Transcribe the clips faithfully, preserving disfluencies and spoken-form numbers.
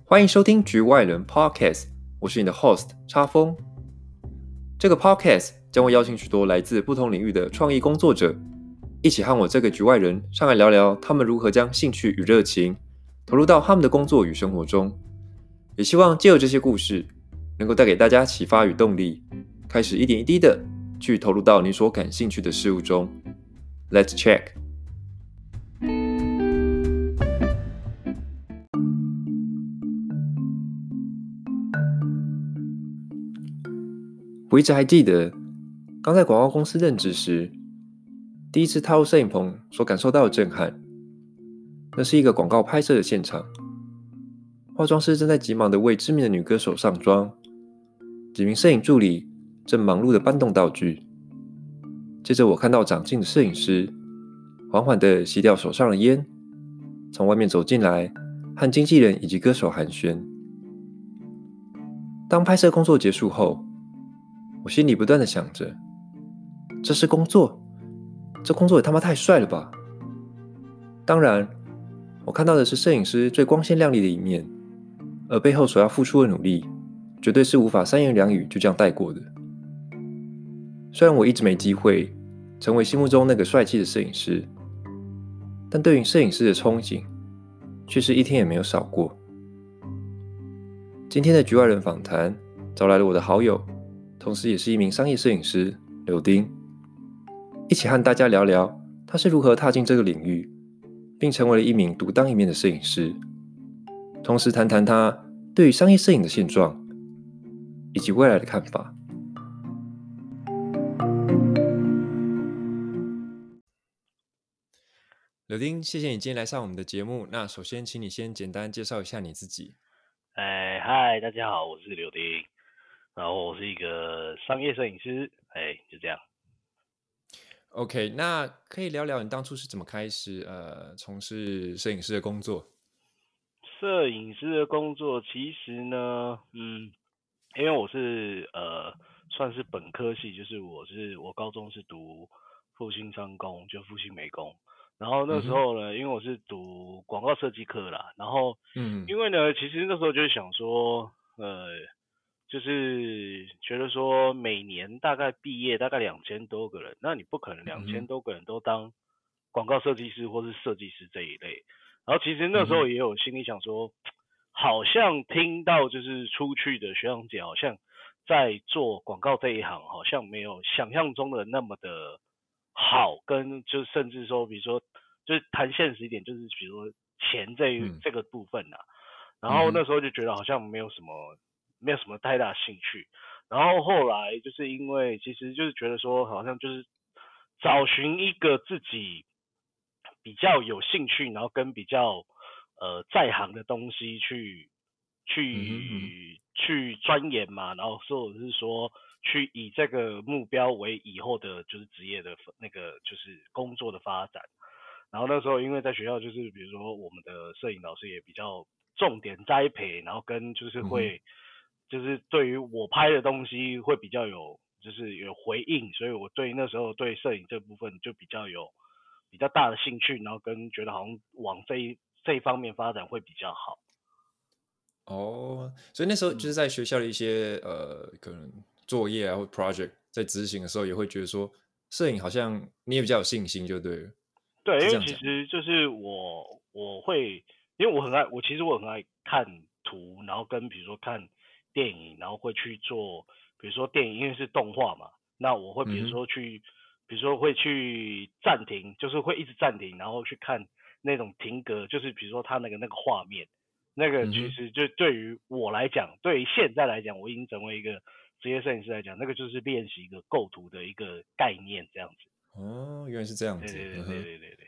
欢迎收听局外人 Podcast， 我是你的 host 叉峰。这个 Podcast 将会邀请许多来自不同领域的创意工作者，一起和我这个局外人上来聊聊他们如何将兴趣与热情投入到他们的工作与生活中，也希望借由这些故事，能够带给大家启发与动力，开始一点一滴的去投入到你所感兴趣的事物中。Let's check。我一直还记得，刚在广告公司任职时，第一次踏入摄影棚所感受到的震撼。那是一个广告拍摄的现场，化妆师正在急忙地为知名的女歌手上妆，几名摄影助理正忙碌地搬动道具。接着我看到长进的摄影师缓缓地熄掉手上的烟，从外面走进来，和经纪人以及歌手寒暄。当拍摄工作结束后，我心里不断地想着，这是工作，这工作也他妈太帅了吧！当然，我看到的是摄影师最光鲜亮丽的一面，而背后所要付出的努力，绝对是无法三言两语就这样带过的。虽然我一直没机会成为心目中那个帅气的摄影师，但对于摄影师的憧憬，却是一天也没有少过。今天的局外人访谈，找来了我的好友，同时也是一名商业摄影师柳丁，一起和大家聊聊他是如何踏进这个领域，并成为了一名独当一面的摄影师，同时谈谈他对于商业摄影的现状以及未来的看法。柳丁，谢谢你今天来上我们的节目。那首先，请你先简单介绍一下你自己。 哎，嗨，大家好，我是柳丁，然后我是一个商业摄影师，哎，就这样。 OK， 那可以聊聊你当初是怎么开始呃从事摄影师的工作？ 摄影师的工作其实呢，嗯，因为我是呃算是本科系，就是我是我高中是读复兴商工，就复兴美工。然后那时候呢，因为我是读广告设计科啦，然后嗯因为呢，其实那时候就是想说，呃，就是觉得说每年大概毕业大概两千多个人，那你不可能两千多个人都当广告设计师或是设计师这一类。然后其实那时候也有心里想说，好像听到就是出去的学长姐好像在做广告这一行，好像没有想象中的那么的好，跟就甚至说，比如说就是谈现实一点，就是比如说钱这一、 嗯这个部分啊，然后那时候就觉得好像没有什么没有什么太大兴趣，然后后来就是因为其实就是觉得说好像就是找寻一个自己比较有兴趣，然后跟比较呃在行的东西去去去钻研嘛，然后或者是说去以这个目标为以后的就是职业的那个就是工作的发展。然后那时候因为在学校就是比如说我们的摄影老师也比较重点栽培，然后跟就是会、嗯、就是对于我拍的东西会比较有就是有回应，所以我对那时候对摄影这部分就比较有比较大的兴趣，然后跟觉得好像往这一这一方面发展会比较好。 哦，所以那时候就是在学校的一些、嗯、呃可能作业啊或 project 在执行的时候，也会觉得说摄影好像你也比较有信心就对了。 对，因为其实就是我我会，因为我很爱，我其实我很爱看图，然后跟比如说看电影，然后会去做，比如说电影因为是动画嘛，那我会比如说去，嗯、比如说会去暂停，就是会一直暂停，然后去看那种停格，就是比如说他那个那个画面，那个其实就对于我来讲，对于现在来讲，我已经成为一个职业摄影师来讲，那个就是练习一个构图的一个概念这样子。 哦，原来是这样子。 对对对对对对。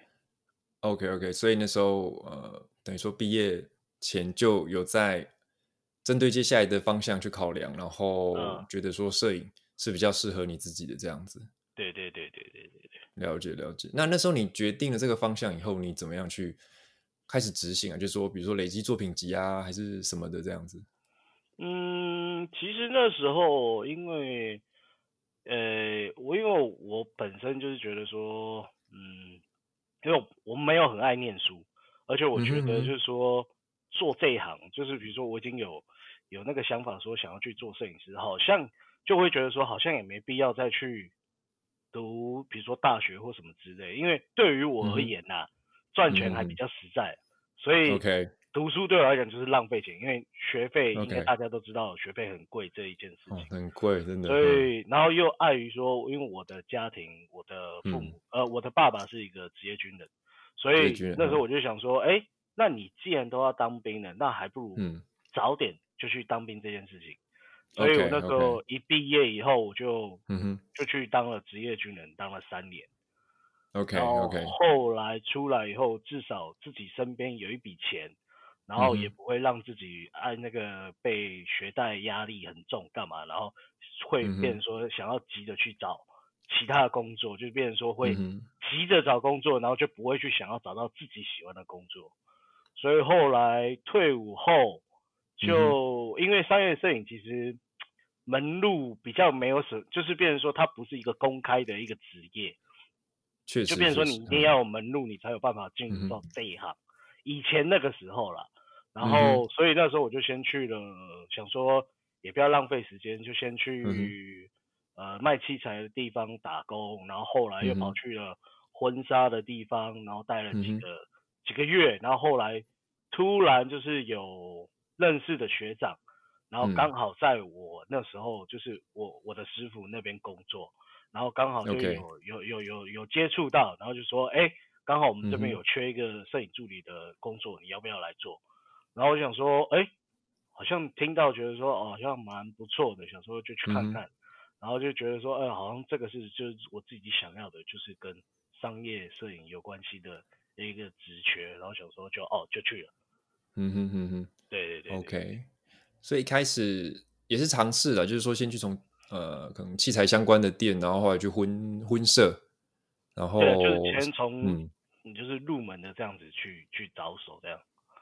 OK OK， 所以那时候呃，等于说毕业前就有在针对接下来的方向去考量，然后觉得说摄影是比较适合你自己的这样子。 对对对对对对对。 了解了解。那那时候你决定了这个方向以后，你怎么样去开始执行啊？就是说，比如说累积作品集啊，还是什么的这样子？ 嗯，其实那时候因为，呃，我因为我本身就是觉得说，嗯，因为我没有很爱念书，而且我觉得就是说， 做这一行，就是比如说我已经有有那个想法说想要去做摄影师，好像就会觉得说好像也没必要再去读，比如说大学或什么之类，因为对于我而言呐、啊，赚钱还比较实在，所以 OK 读书对我来讲就是浪费钱，因为学费应该 OK， 大家都知道学费很贵这一件事哦， 情。 很贵，真的， 所嗯以，然后又碍于说，因为我的家庭，我的父嗯， 母，呃，我的爸爸是一个职业军人，所职业军人，嗯以那时候我就想说，哎，那你既然都要当兵了，那还不如嗯早点就去当兵这件事情。所以我 ，OK 那时 OK， 候一毕业以后，我就嗯哼就去当了职业军人，当了三年。然 ，OK 后 OK， 后来出来以后，至少自己身边有一笔钱，然后也嗯哼不会让自己按那个被学贷压力很重干嘛，然后会嗯哼变成说想要急着去找其他的工作，就变成说会嗯哼急着找工作，然后就不会去想要找到自己喜欢的工作。所以后来退伍后， 嗯哼， 就因为商业摄影其实门路比较没有什，就是变成说它不是一个公开的一个职业。 确就变成说你实确实，嗯一定要有门路，你才有办法进入到嗯哼这一行。以前那个时候啦，然嗯哼后所以那时候我就先去了，想说也不要浪费时间，就先嗯哼去呃卖器材的地方打工，然后后来又跑嗯哼去了婚纱的地方，然后待了嗯哼几个几个月，然后后来突然就是有认识的学长，然后嗯刚好在我那时候就是我我的师傅那边工作。然后刚好就 ，OK， 有有有有有接触到，然后就说，哎，刚好我们这边嗯哼有缺一个摄影助理的工作，你要不要来做？然后我想说，哎，好像听到觉得说，哦，好像蛮不错的，想说就去嗯哼看看，然后就觉得说，哎，好像这个是就是我自己想要的，就是跟商业摄影有关系的一个职缺，然后想说就哦就去了， 嗯哼嗯哼对对对对对。 ，OK，所以一开始也是尝试了，就是说先去从呃可能器材相关的店，然后后来去婚婚摄，然对啊，就是后先从嗯你就是入门的这样子去去着手这样。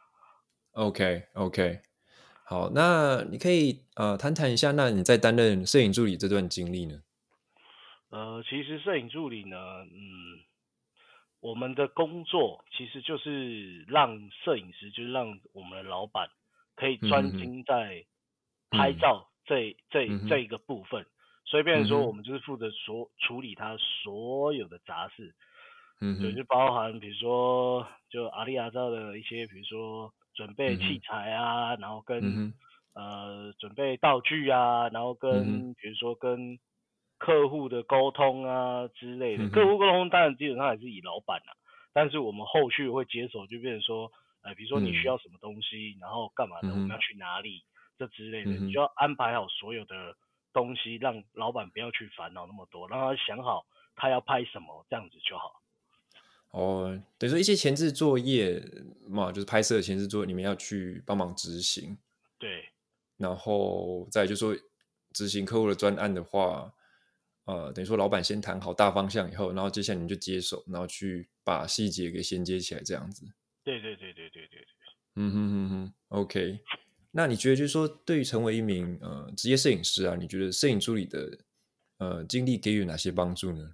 ，OK OK，好，那你可以呃谈谈一下，那你在担任摄影助理这段经历呢？ 呃，其实摄影助理呢，嗯，我们的工作其实就是让摄影师，就是让我们的老板可以专嗯哼哼， 精在拍嗯照这这嗯哼这一个部分，所以变成说我嗯哼们就是负责所处理他所有的杂事，对， 嗯哼就包含比如说就阿里阿扎的一些，比如说准备器嗯哼材啊，然后跟嗯哼呃准备道具啊，然后嗯哼跟比如说跟客户的沟通啊之类的。 嗯哼客户沟通当然基本上还是以老板啊，但是我们后续会接手，就变成说，呃，比如说你需嗯要什么东西，然后干嘛的，我们要嗯哼去哪里，这之类的， 嗯哼你就要安排好所有的东西，让老板不要去烦恼那么多，让他想好他要拍什么，这样子就好。 哦，等于说一些前置作业嘛，就是拍摄的前置作业，你们要去帮忙执行， 对， 然后再就说执行客户的专案的话，呃，等于说老板先谈好大方向以后，然后接下来你就接手，然后去把细节给衔接起来，这样子。 对对对对对对对。 嗯哼哼哼，OK。那你觉得就是说，对于成为一名呃职业摄影师啊，你觉得摄影助理的呃经历给予哪些帮助呢？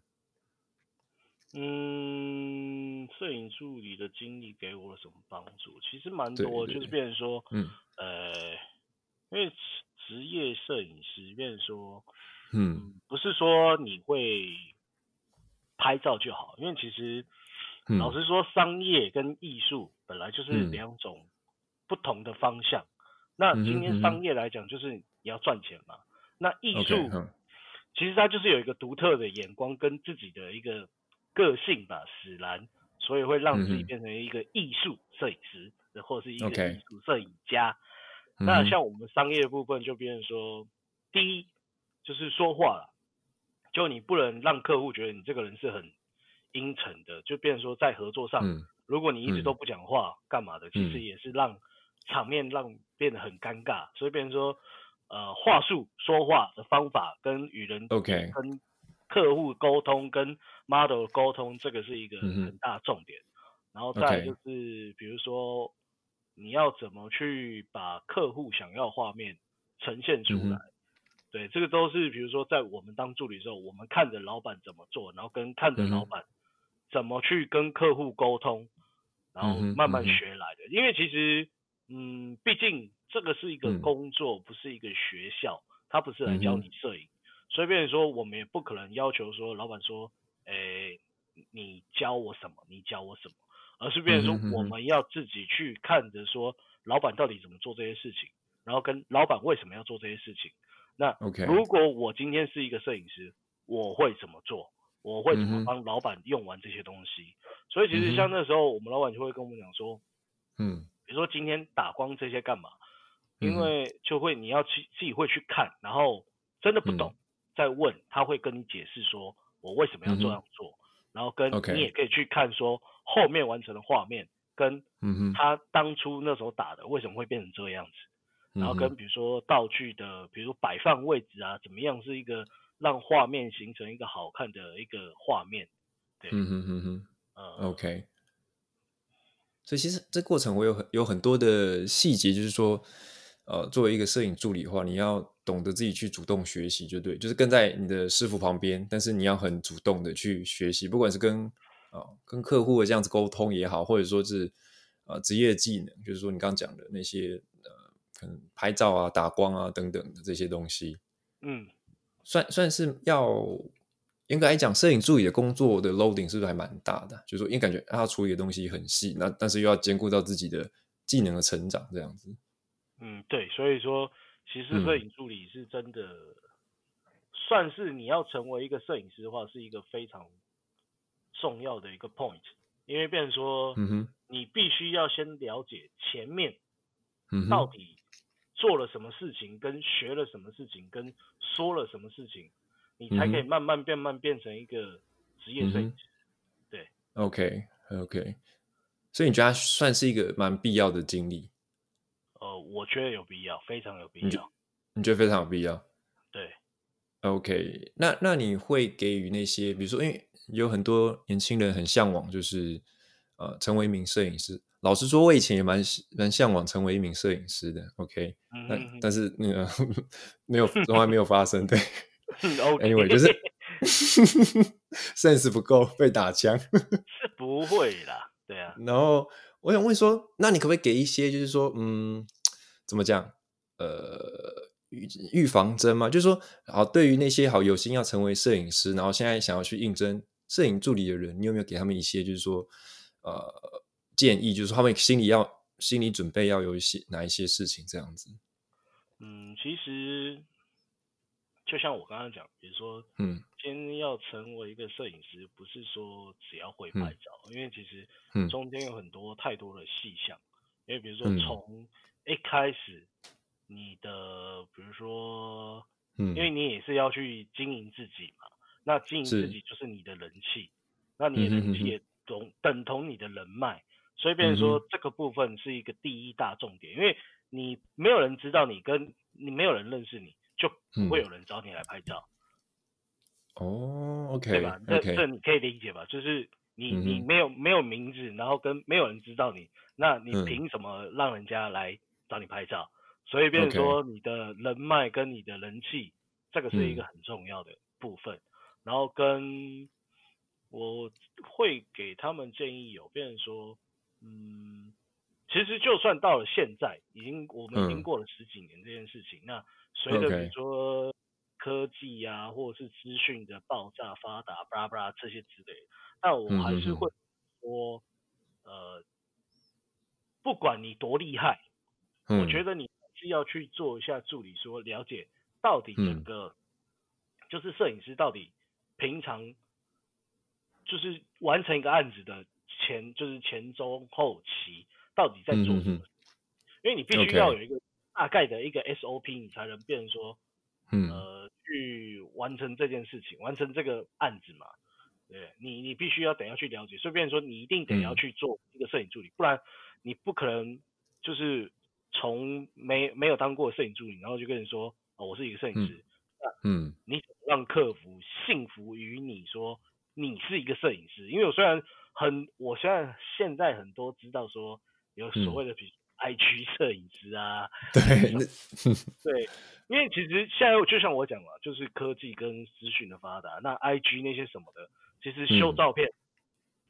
嗯，摄影助理的经历给我了什么帮助？其实蛮多的，就是对对对， 变成说， 嗯呃，因为职职业摄影师，变成说， 嗯嗯，不是说你会拍照就好，因为其实老嗯实说，商业跟艺术本来就是嗯两种不同的方向。那嗯今天哼嗯哼商业来讲，就是你要赚钱嘛。那艺 ，OK， 术哼， 其实它就是有一个独特的眼光跟自己的一个个性吧，使然，所以会让自己嗯哼变成一个艺术摄影师，或者是一个艺 ，OK， 术摄影家。 嗯哼那像我们商业部分就变成说，第一就是说话了，就你不能让客户觉得你这个人是很阴沉的，就变成说在合作上， 嗯如果你一直都嗯不讲话干嘛的，其实嗯也是让场面让变得很尴尬，所以变成说，呃，话术说话的方法跟与人 ，OK， 跟客户沟通跟 model 沟通，这个是一个嗯哼很大的重点。然后再来就 ，OK， 是比如说你要怎么去把客户想要画面呈现出来。 嗯哼对，这个都是比如说在我们当助理的时候，我们看着老板怎么做，然后跟看着嗯哼老板怎么去跟客户沟通，然嗯后慢慢哼嗯哼学来的。因为其实， 嗯，毕竟这个是一个嗯工作，不是一个学校，它不是来嗯教你哼摄影，所以变成说我们也不可能要求说老板说，诶，你教我什么，你教我什么，而是变嗯成说哼嗯哼我们要自己去看着说老板到底怎么做这些事情，然后跟老板为什么要做这些事情。那 ，OK， 如果我今天是一个摄影师，我会怎么做？我会怎么嗯哼帮老板用完这些东西？所以其实像嗯哼那时候我们老板就会跟我们讲说， 嗯比如说今天打光这些干嘛？因嗯哼为就会你要去自己会去看，然后真的不懂嗯再问，他会跟你解释说我为什么要嗯哼这样做，然后跟你也 ，OK， 可以去看说后面完成的画面跟嗯哼他当初那时候打的为什么会变成这样子，然后跟嗯哼比如说道具的，比如说摆放位置啊，怎么样是一个让画面形成一个好看的一个画面，对， 嗯哼嗯哼呃， ，OK。所以其实这过程我有很有很多的细节，就是说，呃，作为一个摄影助理的话，你要懂得自己去主动学习，就对，就是跟在你的师傅旁边，但是你要很主动的去学习，不管是跟啊、呃跟客户的这样子沟通也好，或者说是呃职业技能，就是说你刚刚讲的那些呃，可能拍照啊、打光啊等等的这些东西， 嗯。 算算是要严格来讲，摄影助理的工作的 loading 是不是还蛮大的？就是说，因为感觉他处理的东西很细，那但是又要兼顾到自己的技能的成长，这样子。 嗯，对，所以说其实摄嗯影助理是真的，算是你要成为一个摄影师的话，是一个非常重要的一个 point，因为变成说嗯哼你必须要先了解前面嗯哼到底做了什么事情，跟学了什么事情，跟说了什么事情，你才可以嗯哼慢慢变慢变成一个职业嗯哼摄影师。对， ，OK OK，所以你觉得它算是一个蛮必要的经历？ 呃，我觉得有必要，非常有必你觉要。 你觉得非常有必要对， ？OK，那那你会给予那些，比如说，因为有很多年轻人很向往，就是呃，成为一名摄影师。老实说，我以前也蛮喜蛮向往成为一名摄影师的。OK，那嗯哼哼但是那个没有，从来没有发生。对 ，OK， ，anyway，就是 sense 不够，被打枪。 是不会啦，对啊。 然后我想问说，那你可不可以给一些，就是说，嗯，怎么讲？呃，预预防针嘛，就是说，好，对于那些好有心要成为摄影师，然后现在想要去应征摄影助理的人，你有没有给他们一些，就是说，呃，建议，就是说他们心里要心理准备要有一些哪一些事情这样子？ 嗯，其实就像我刚刚讲，比如说嗯今天要成为一个摄影师，不是说只要会拍嗯照，因为其实嗯中间有很多太多的细项。因为比如说嗯从一开始你的，比如说，因为嗯， 你也是要去经营自己嘛，那经营自是， 己就是你的人气，那你的嗯哼哼哼， 人气也等等同你的人脉，所以变成嗯哼， 说这个部分是一个第一大重点，因为你没有人知道你跟你没有人认识你，就不会嗯， 有人找你来拍照， 哦对吧？ ，OK 这这 OK， 你可以理解吧？就是你嗯哼， 你没有没有名字，然后跟没有人知道你，那你嗯凭什么让人家来找你拍照？所以变成 ，OK， 说你的人脉跟你的人气，这个是一个嗯很重要的部分。然后跟我会给他们建议有，变成说，嗯，其实就算到了现在，已经我们已经嗯过了十几年这件事情，那随着比如 ，OK， 说科技啊，或者是资讯的爆炸发达，巴拉巴拉这些之类的，那我嗯还是会哼哼， 说，呃，不管你多厉害，我觉嗯得你是要去做一下助理，说了解到底整嗯个就是摄影师到底平常就是完成一个案子的前就是前中后期到底在嗯做什么， 哼哼因为你必须要 ，OK， 有一个大概的一个 S O P，你才能变成说嗯呃去完成这件事情，完成这个案子嘛。对你，你必须要等要去了解，所以变成说你一定得要嗯去做一个摄影助理，不然你不可能就是从没没有当过摄影助理，然后就跟人说哦我是一个摄影嗯师，那嗯你怎么让客服信服于你说你是一个摄影师？因为我虽然很，我虽然现在很多知道说有所嗯， 谓的比如 I G 摄影师啊，还是对， 什么， 那对，因为其实现在就像我讲嘛，就是科技跟资讯的发达，那 I G 那些什么的，其实修嗯照片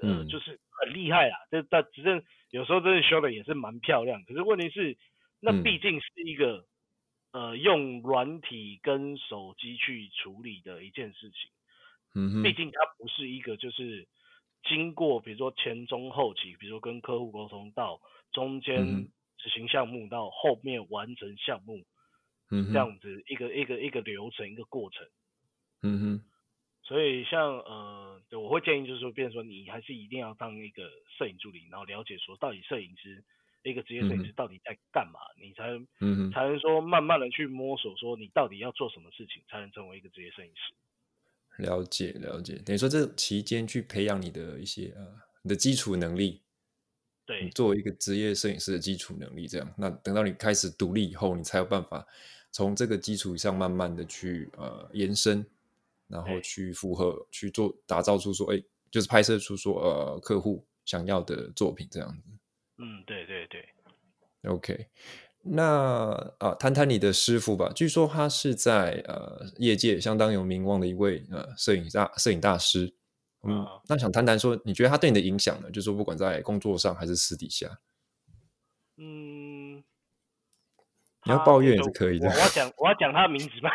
呃就是很厉害啦，这但只是有时候真的修的也是蛮漂亮，可是问题是那毕竟是一个、嗯、呃用软体跟手机去处理的一件事情，嗯，毕竟它不是一个就是经过比如说前中后期，比如说跟客户沟通到中间执行项目到后面完成项目，嗯，这样子一个一个一个流程一个过程，嗯哼。所以像呃，我会建议就是说，变成说你还是一定要当一个摄影助理，然后了解说到底摄影师一个职业摄影师到底在干嘛，嗯、你才能、嗯、才能说慢慢的去摸索说你到底要做什么事情才能成为一个职业摄影师。 了解了解，等于说这期间去培养你的一些呃你的基础能力， 对， 你作为一个职业摄影师的基础能力，这样，那等到你开始独立以后，你才有办法从这个基础上慢慢的去呃延伸。然后去符合去做打造出说，哎，就是拍摄出说呃客户想要的作品这样子。 嗯，对对对。 OK， 那啊，谈谈你的师傅吧。据说他是在呃业界相当有名望的一位呃摄影大摄影大师。嗯，啊、那想谈谈说，你觉得他对你的影响呢？就是说不管在工作上还是私底下。 嗯， 你要抱怨也是可以的。 我要讲我要讲他的名字吗？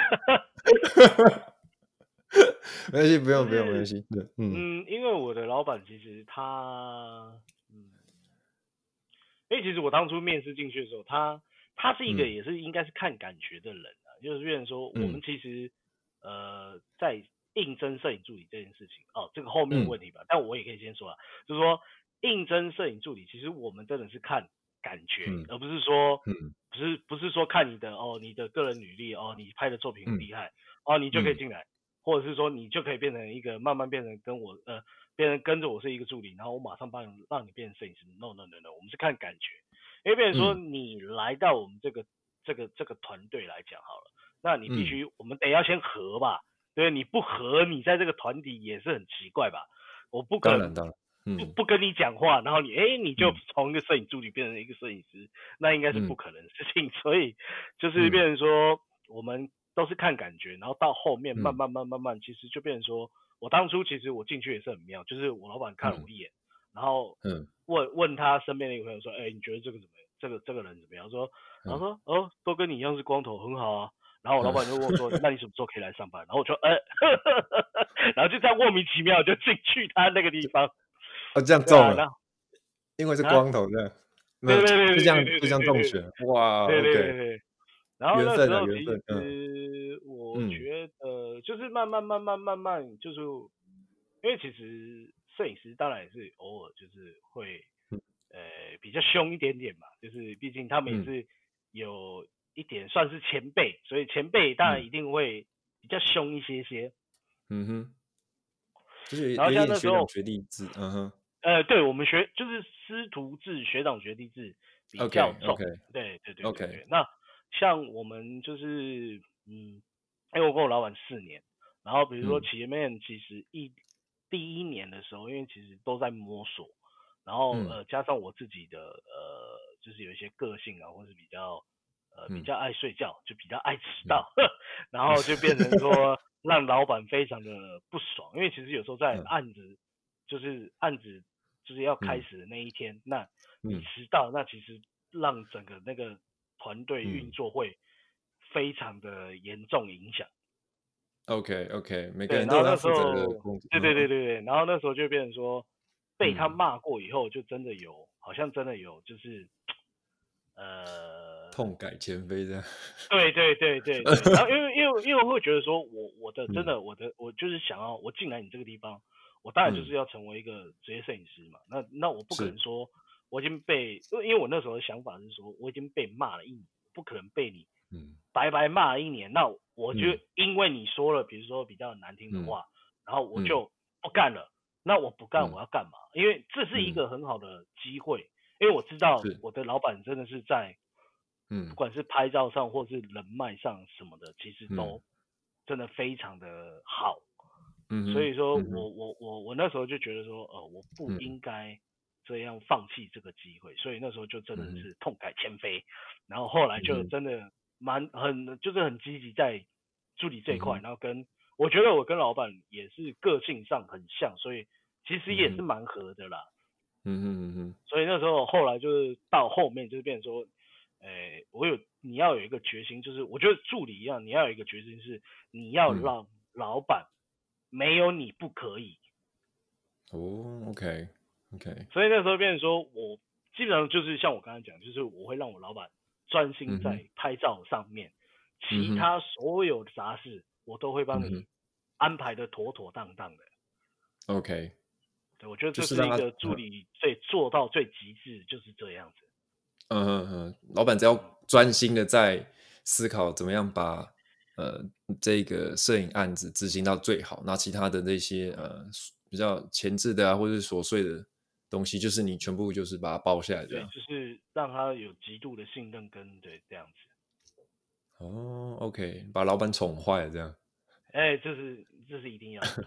没关系，不用不用，没关系。对， 嗯，因为我的老板其实他，嗯，因为其实我当初面试进去的时候，他他是一个也是应该是看感觉的人啊，嗯、就是变成说我们其实、嗯、呃在应征摄影助理这件事情，哦，这个后面的问题吧，嗯、但我也可以先说啊，就是说应征摄影助理，其实我们真的是看感觉，嗯、而不是说，嗯、不是不是说看你的哦你的个人履历哦，你拍的作品很厉害、嗯、哦你就可以进来。嗯，或者是说你就可以变成一个慢慢变成跟我呃变成跟着我是一个助理，然后我马上帮你让你变成摄影师。No No No No， 我们是看感觉，因为变成说你来到我们这个、嗯、这个这个团队来讲好了，那你必须、嗯、我们得要先合吧，对，你不合你在这个团体也是很奇怪吧，我不可能不不跟你讲话，然后你哎你就从一个摄影助理变成一个摄影师，那应该是不可能的事情，所以就是变成说我们。都是看感觉，然后到后面慢慢慢慢慢，其实就变成说，我当初其实我进去也是很妙，就是我老板看了我一眼，然后问问他身边的一个朋友说，哎，你觉得这个怎么样？这个这个人怎么样？说，然后说，哦，都跟你一样是光头，很好啊。然后我老板就问我说，那你什么时候可以来上班？然后我说，哎，然后就这样莫名其妙就进去他那个地方。 哦，这样中了，因为是光头这样， 对对对对， 就这样就这样中选，哇， 对对对对。然后那时候其实嗯、 我觉得就是慢慢慢慢慢慢就是，因为其实摄影师当然也是偶尔就是会呃比较凶一点点嘛，就是毕竟他们也是有一点算是前辈，所以前辈当然一定会比较凶一些些。 嗯哼，就是有点学长学弟制，嗯哼。 呃，对，我们学就是师徒制、学长学弟制比较重。 Okay, okay. 对对对对对。Okay. 那像我们就是，嗯，因为我跟我老板四年，然后比如说前面其实一、嗯、第一年的时候，因为其实都在摸索，然后、嗯、呃加上我自己的呃就是有一些个性啊，或是比较呃比较爱睡觉，就比较爱迟到，嗯、然后就变成说让老板非常的不爽，因为其实有时候在案子、嗯、就是案子。就是要开始的那一天，嗯、那你迟到，嗯、那其实让整个那个团队运作会非常的严重影响。 OK OK， 每个人都有他负责的工作。 对对对对对，然后那时候就变成说，被他骂过以后，就真的有，嗯、好像真的有，就是呃， 痛改前非这样。 对对对对对，然后因为因为因为我会觉得说我我的真的、嗯、我的我就是想要我进来你这个地方。我当然就是要成为一个职业摄影师嘛，嗯、那那我不可能说我已经被，因为因为我那时候的想法是说，我已经被骂了一年，不可能被你白白骂了一年，嗯、那我就因为你说了，比如说比较难听的话，嗯、然后我就不干了，嗯、那我不干我要干嘛？因为这是一个很好的机会，因为我知道我的老板真的是在，嗯，不管是拍照上或是人脉上什么的，其实都真的非常的好。嗯、所以说我、嗯、我我我那时候就觉得说，呃，我不应该这样放弃这个机会，嗯、所以那时候就真的是痛改前非，然后后来就真的蛮很就是很积极在助理这一块，嗯、然后跟我觉得我跟老板也是个性上很像，所以其实也是蛮合的啦。 嗯哼嗯哼。 所以那时候后来就是到后面就是变成说，诶、我有你要有一个决心，就是我觉得助理一样，你要有一个决心是你要让老板没有你不可以。 哦 ，OK OK。 所以那时候变成说我基本上就是像我刚才讲，就是我会让我老板专心在拍照上面，其他所有的杂事我都会帮你安排的妥妥当当的。 OK。 对，我觉得这是一个助理最做到最极致，就是这样子。 嗯嗯嗯，老板只要专心的在思考怎么样把呃这个摄影案子执行到最好，那其他的那些呃比较前置的啊，或者是琐碎的东西，就是你全部就是把它包下来这对， 样。 就是让他有极度的信任跟对这样子。 哦，OK，把老板宠坏了这样。 哎、欸，这是这是一定要的。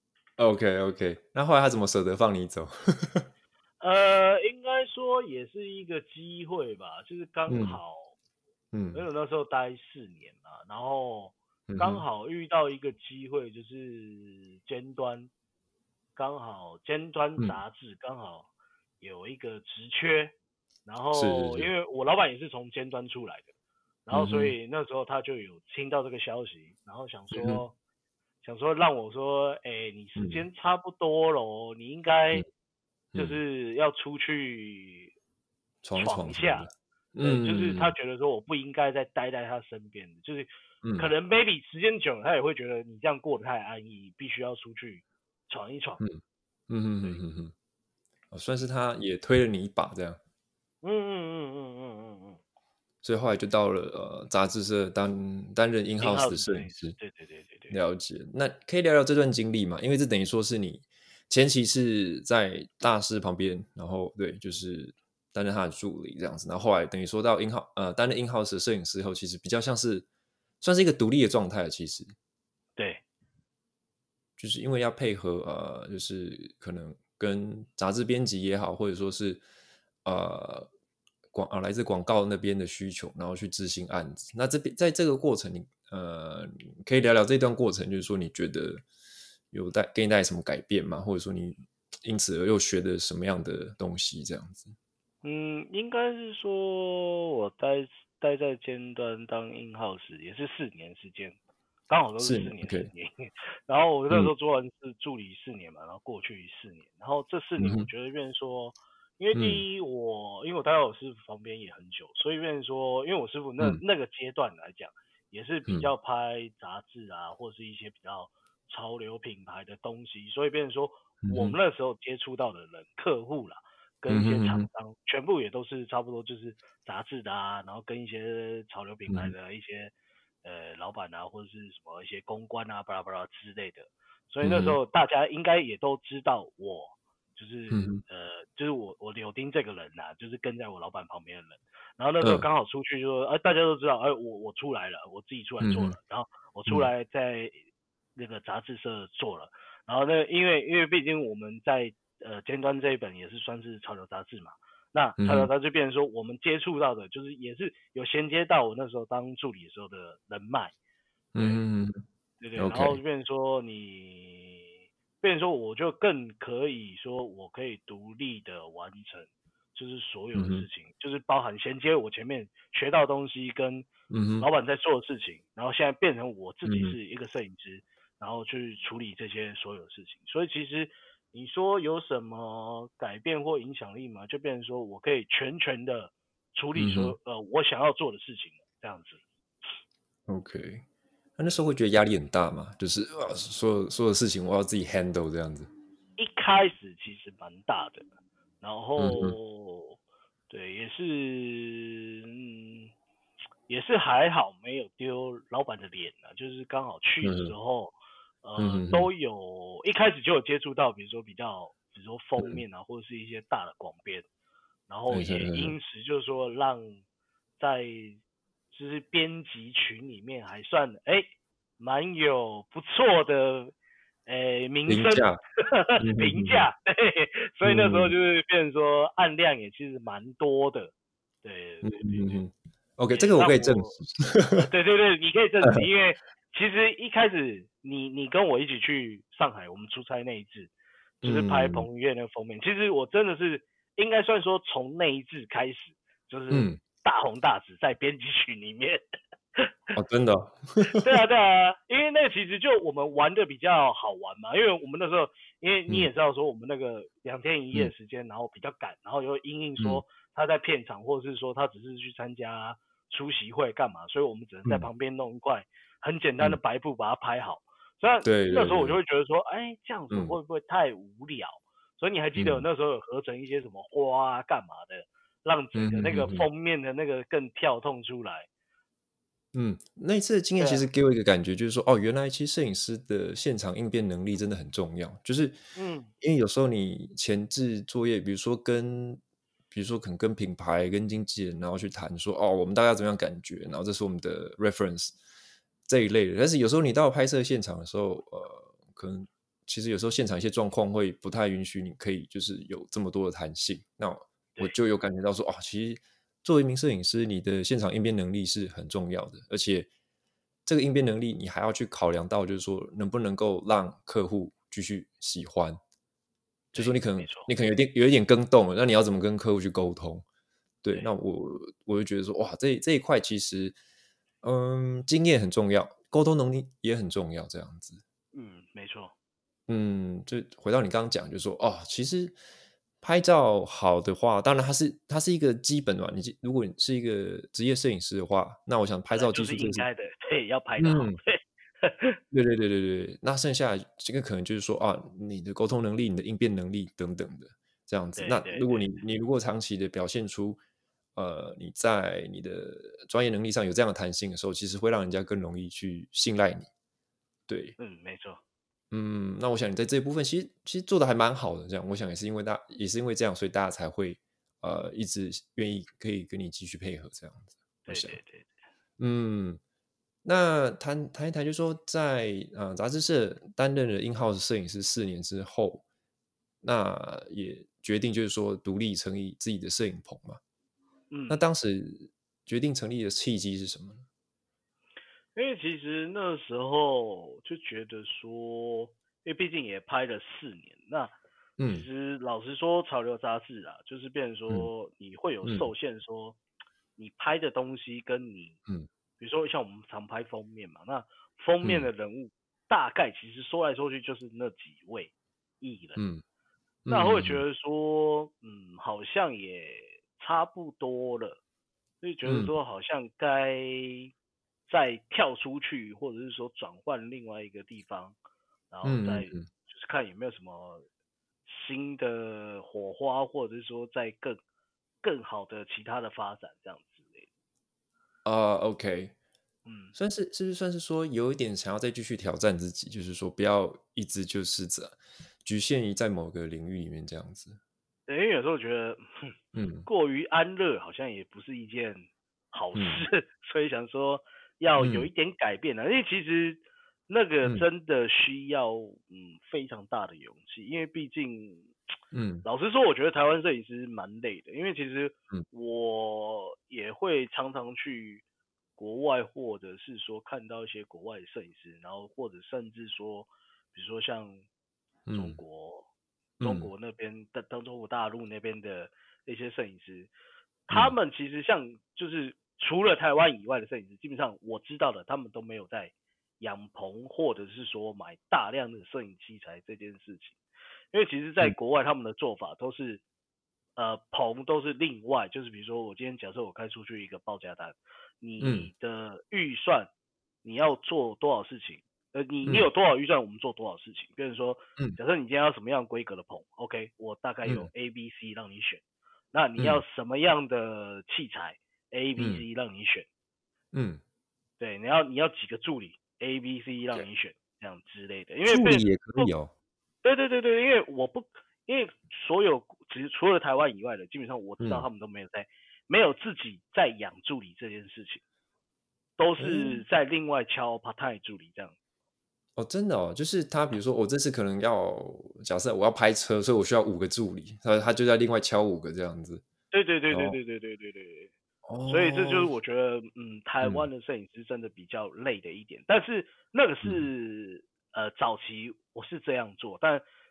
OK OK，那后来他怎么舍得放你走？ 呃，应该说也是一个机会吧，就是刚嗯好， 嗯因为我那时候待四年嘛，然后嗯哼刚好遇到一个机会，就是尖端，刚好尖端嗯， 杂志刚好有一个职缺，然后因是是是。 为我老板也是从尖端出来的，然后嗯哼所以那时候他就有听到这个消息，然后想嗯哼说想说让我说，哎，你时嗯间差不多了，你应该嗯就嗯， 是要出去闯一闯一下。 闯什么的。 对，就是他嗯觉得说我不应该再待在他身边，就是可嗯能 maybe 时间久了，他也会觉得你这样过得太安逸，必须要出去闯一闯。 嗯嗯嗯对， 嗯嗯嗯，哦，算是他也推了你一把这样。 嗯嗯嗯嗯嗯嗯嗯所以后来就到了呃杂志社当担任 in ，in house 的 house 摄影师， 摄影师。 对对对对对。 了解，那可以聊聊这段经历吗？因为这等于说是你前期是在大师旁边，然后对，就是担任他的助理这样子，然后后来等于说到 in house 呃担任 in house 的摄影师后，其实比较像是算是一个独立的状态，其实对， 就是因为要配合呃，就是可能跟杂志编辑也好，或者说是呃广啊来自广告那边的需求，然后去执行案子。那这边在这个过程，你呃可以聊聊这段过程，就是说你觉得有带给你带来什么改变吗？或者说你因此而又学的什么样的东西这样子？ 嗯，应该是说我待待在尖端当 in house 也是四年时间，刚好都是是四年四 OK。 年。然后我那时嗯候做完是助理四年嘛，然后过去四年，然后这四嗯哼年我觉得变成说，因为嗯第一我因为我待在我师傅旁边也很久，所以变成说，因为我师傅那嗯那个阶段来讲，也是比嗯较拍杂志啊，或是一些比较潮流品牌的东西，所以变成说我们嗯哼那时候接触到的人客户啦。跟一些嗯哼嗯哼厂商，全部也都是差不多就是杂志的啊，然后跟一些潮流品牌嗯的一些呃老板啊，或者是什么一些公关啊，巴拉巴拉之类的。所以那时嗯候大家应该也都知道我就是哼呃就是我我柳丁这个人呐、啊，就是跟在我老板旁边的人。然后那时候嗯刚好出去就说，哎、呃，大家都知道，哎、呃，我我出来了，我自己出来做了， 嗯哼然后我出嗯来在那个杂志社做了。然后呢，因为因为毕竟我们在呃尖端这一本也是算是潮流杂志嘛，那潮流嗯哼杂志变成说我们接触到的，就是也是有衔接到我那时候当助理的时候的人脉。对嗯哼对对，然后 ，OK。 就变成说你，变成说我就更可以说我可以独立的完成，就是所有嗯哼的事情，就是包含衔接我前面学到东西跟嗯哼老板在做的事情，然后现在变成我自嗯哼己是一个摄影师，然后去处理这些所有事情。所以其实你说有什么改变或影响力吗？就变成说我可以全权的处理嗯哼所有呃我想要做的事情，这样子。 ，OK。那那时候会觉得压力很大嘛？就是呃，所有所有事情我要自己 handle 这样子。 一开始其实蛮大的，然嗯哼后对也是嗯也是还好没有丢老板的脸啊，就是刚好去的时嗯哼候，呃嗯哼哼都有一开始就有接触到，比如说比较比如说封嗯面啊，或者是一些大的广编，然后嗯哼也嗯哼因此就是说让在就是编辑群里面还算哎蛮有不错的诶名声评价。嗯哼哼哼评价，对，所以那时候就是变成说案量也其实蛮多的，对嗯对对对， 哼哼，OK，这也个我可以证让我呃实。 对对对，你可以证实，因为其实一开始你你跟我一起去上海，我们出差那一次， 就是拍嗯彭于晏那个封面。其实我真的是应该算说从那一次开始，就是嗯， 大红大紫在编辑群里面。 哦，真的哦， 对啊，对啊，因为那个其实就我们玩的比较好玩嘛，因为我们那时候，因为你嗯也知道说我们那个两天一夜嗯的时间，然后比较赶，然后又因应嗯说他在片场，或者是说他只是去参加出席会干嘛，所以我们只能在嗯旁边弄一块很简单的嗯， 白布把它拍好。虽然对对对， 那时候我就会觉得说，哎，这样子嗯会不会太无聊？所以你还记得我嗯那时候有合成一些什么花啊干嘛的，让整嗯个那个嗯嗯封面的那个更跳痛出来。 嗯，那一次的经验对啊， 其实给我一个感觉，就是说，哦，原来其实摄影师的现场应变能力真的很重要。就是嗯， 因为有时候你前置作业，比如说跟，比如说可能跟品牌、跟经纪人，然后去谈说，哦，我们大家怎么样感觉，然后这是我们的 reference 这一类的。但是有时候你到拍摄现场的时候，呃，可能其实有时候现场一些状况会不太允许你可以就是有这么多的弹性。那我对就有感觉到说，哦，其实作为一名摄影师，你的现场应变能力是很重要的，而且这个应变能力你还要去考量到，就是说能不能够让客户继续喜欢。就说对， 你可能没错。 你可能有点有一点更动了，那你要怎么跟客户去沟通？对， 对， 那我我就觉得说，哇，这这一块其实，嗯，经验很重要，沟通能力也很重要，这样子。 嗯，没错。 嗯，就回到你刚刚讲，就说哦，其实拍照好的话，当然它是它是一个基本嘛。你既如果你是一个职业摄影师的话，那我想拍照本来就是技术这个是， 应该的，对，要拍得好， 嗯， 对， 对对对对对。那剩下这个可能就是说啊，你的沟通能力、你的应变能力等等的这样子。 对那如果对对， 你你如果长期的表现出，呃，你在你的专业能力上有这样的弹性的时候，其实会让人家更容易去信赖你。对， 嗯，没错， 嗯，那我想你在这一部分其实其实做的还蛮好的，这样我想也是因为大也是因为这样，所以大家才会呃一直愿意可以跟你继续配合这样子。我想， 对对对。 嗯，那谈谈一谈，就说在呃杂志社担任了 in house 摄影师四年之后，那也决定就是说独立成立自己的摄影棚嘛。那嗯， 当时决定成立的契机是什么呢？ 因为其实那时候就觉得说，因为毕竟也拍了四年，那其嗯实老实说，潮流杂志啊，就是变成嗯说你会有嗯受限说，你拍的东西跟你， 嗯比如说像我们常拍封面嘛，那封面嗯的人物大概其实说来说去就是那几位艺人。 嗯那会嗯嗯觉得说，嗯，好像也差不多了，所以觉得嗯说好像该再跳出去，或者是说转换另外一个地方，然后再就嗯嗯是看有没有什么新的火花，或者是说在更更好的其他的发展这样之类的。 啊，OK。 嗯， 算是是不是算是说有一点想要再继续挑战自己，就是说不要一直就是这局限于在某个领域里面这样子。 对，因为有时候觉得，哼， 嗯过于安乐好像也不是一件好事， 嗯所以想说要有嗯一点改变的，因为其实那个嗯真的需要嗯非常大的勇气，因为毕竟嗯老实说，我觉得台湾摄影师蛮累的，因为其实嗯我也会常常去国外，或者是说看到一些国外的摄影师，然后或者甚至说，比如说像中嗯国中嗯国那边的，当中国大陆那边的那些摄影师，他嗯们其实像就是除了台湾以外的摄影师，基本上我知道的，他们都没有在养棚或者是说买大量的摄影器材这件事情。因为其实，在嗯国外他们的做法都是，呃，棚都是另外，就是比如说我今天假设我开出去一个报价单， 嗯你的预算你要做多少事情，呃，你你嗯有多少预算，我们做多少事情。比如说， 嗯假设你今天要什么样规格的棚，OK，我大概有嗯 A、B、C 让你选，那你要嗯什么样的器材，A、B、 嗯 C 让你选， 嗯， 对，你要你要几个助理，A、B、C 让对， 你选，这样之类的，因为被助理也可不以哦。 对对对对，因为我不，因为所有其实除了台湾以外的，基本上我知道嗯， 他们都没有在，没有自己在养助理这件事情，都诶， 是在另外敲 part time 助理这样。 哦，真的哦，就是他，比如说我这次可能要假设我要拍车，所以我需要五个助理，他他就在另外敲五个这样子。 对对对对哦对对对对对，所以这就是哦， 我觉得，嗯，台湾嗯的摄影师真的比较累的一点，但是那个嗯是呃早期我是这样做，但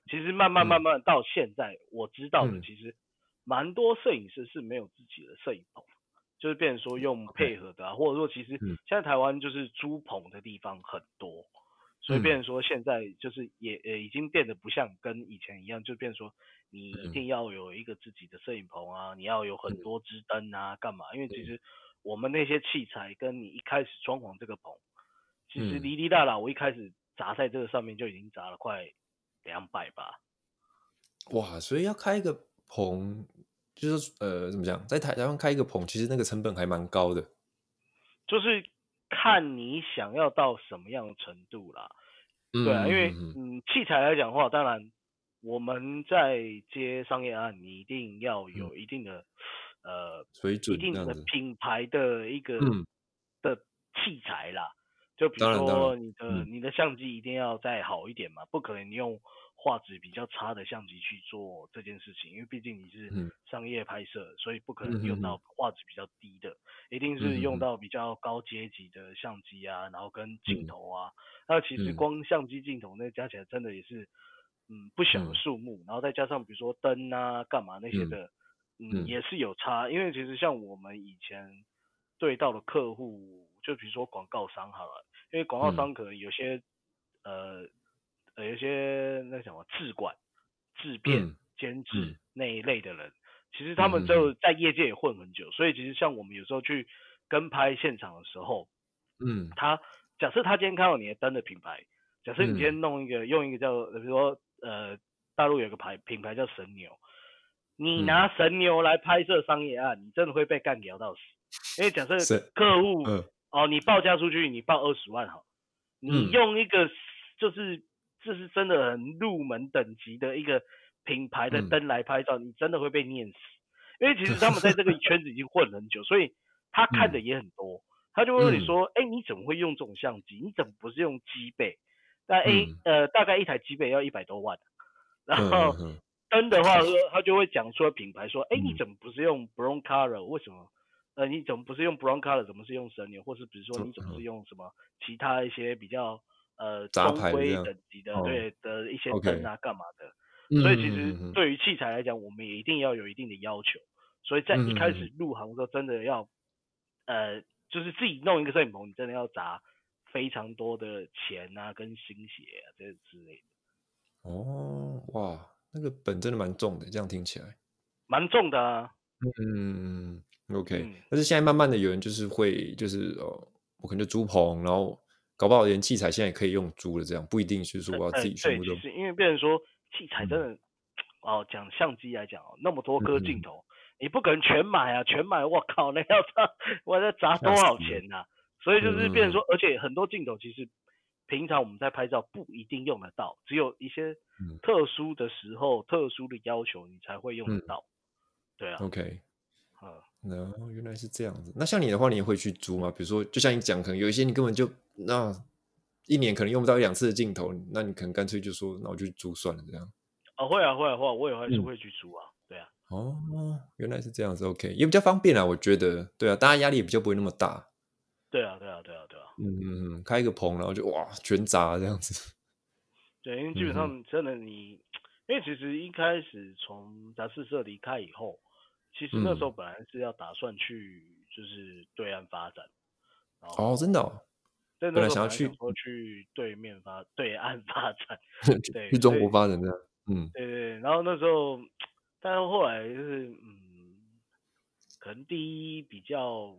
其实慢慢慢慢到现在，我知道的嗯其实蛮多摄影师是没有自己的摄影棚，就是变成说用 ，OK， 配合的啊，或者说其实嗯现在台湾就是租棚的地方很多，所以变嗯成说现在就是也呃已经变得不像跟以前一样，就变成说你一嗯定要有一个自己的摄影棚啊，你要有很嗯多支灯啊，干嘛？因为其嗯实我们那些器材跟你一开始装潢这个棚，其实嗯， 离离大啦，我一开始砸在这个上面就已经砸了快两百吧。 哇，所以要开一个棚，就是呃，怎么讲，在台台湾开一个棚，其实那个成本还蛮高的。 就是看你想要到什么样的程度啦。对啊，因为嗯嗯嗯嗯，器材来讲的话，当然我们在接商业案，你一定要嗯， 有一定的呃水一定的准这样子。 品牌的一个嗯， 的器材啦。就比如当然当然， 说你的嗯你的相机一定要再好一点嘛，不可能你用画质比较差的相机去做这件事情，因为毕竟你是嗯商业拍摄，所以不可嗯嗯嗯能用到画质比较低的，一定是用嗯嗯到比较高阶级的相机啊，然后跟镜嗯头啊，那其实嗯光相机镜头那加起来真的也是嗯不小的嗯数目，然后再加上比如说灯啊干嘛那些嗯的，嗯嗯也是有差，因为其实像我们以前对到的客户，就比如说广告商好了。因为广告嗯商可能有些呃呃有些那什么制管、制片、 嗯监制嗯那一类的人，其实他们嗯嗯就在业界也混很久，所以其实像我们有时候去跟拍现场的时候， 嗯他假设他今天看到你的灯的品牌，假设你今嗯天弄一个用一个叫比如说呃大陆有个牌品牌叫神牛，你嗯， 拿神牛来拍摄商业案，你真的会被干掉到死，因为假设是， 客户嗯哦你报价出去，你报二十万好。你嗯， 用一个就是这是真的很入门等级的一个品牌的嗯， 灯来拍照，你真的会被念死。因为其实他们在这个圈子已经混很久，所以他看的嗯也很多，他就会问你嗯说，哎，你怎么会用这种相机？你怎么不是用机背？那 A 嗯呃大概一台机背要一百多万，然嗯后嗯嗯， 灯的话， 哇， 他就会讲出来品牌说，哎，你嗯怎么不是用 Broncolor？为什么？呃，你怎么不是用 Broncolor？怎么是用神牛？或是比如说你怎么是嗯， 用什么其他一些比较呃杂中规牌的这样， 等级的哦对的一些灯 ，OK， 啊干嘛的？ 嗯所以其实嗯嗯嗯对于器材来讲，我们也一定要有一定的要求。所以在一开嗯嗯嗯， 始入行的时候，真的要呃，就是自己弄一个摄影棚，你真的要砸非常多的钱啊，跟心血啊这之类的， 哦，哇，那个本真的蛮重的，这样听起来。 蛮重的啊。 嗯，OK。 嗯， 但是现在慢慢的有人就是会就是哦，我可能就租棚，然后搞不好连器材现在也可以用租的这样，不一定是说我要自呃，对， 己全部都其实因为变成说器材真嗯的，哦，讲相机来讲哦，那么多嗯嗯嗯， 颗镜头，你不可能全买啊，全买，我靠，那要砸，我要砸多吓死了。 少钱呐、啊？所以嗯就是变成说， 嗯而且很多镜头其实平常我们在拍照不一定用得到，只有一些嗯特殊的时候、特殊的要求你才会用得嗯到。对啊， ，OK。 嗯， 哦，原来是这样子。那像你的话，你也会去租吗？比如说，就像你讲，可能有一些你根本就那一年可能用不到一两次的镜头，那你可能干脆就说，那我就去租算了，这样。 哦，会啊，会啊，会啊，我也还是嗯， 会去租啊。对啊， 哦，原来是这样子，OK，也比较方便啊，我觉得，对啊，大家压力也比较不会那么大。 对啊，对啊，对啊，对啊。 嗯嗯嗯，开一个棚，然后就哇全砸这样子。 对，因为基本嗯哼， 上真的你，因为其实一开始从杂志社离开以后，其实那时候嗯， 本来是要打算去就是对岸发展，然哦，真的后哦， 但那时候本来想要去本来想说去对面发对岸发展，对， 去中所以国发展这样。嗯对对，然后那时候，但是后来就是嗯，可能第一比较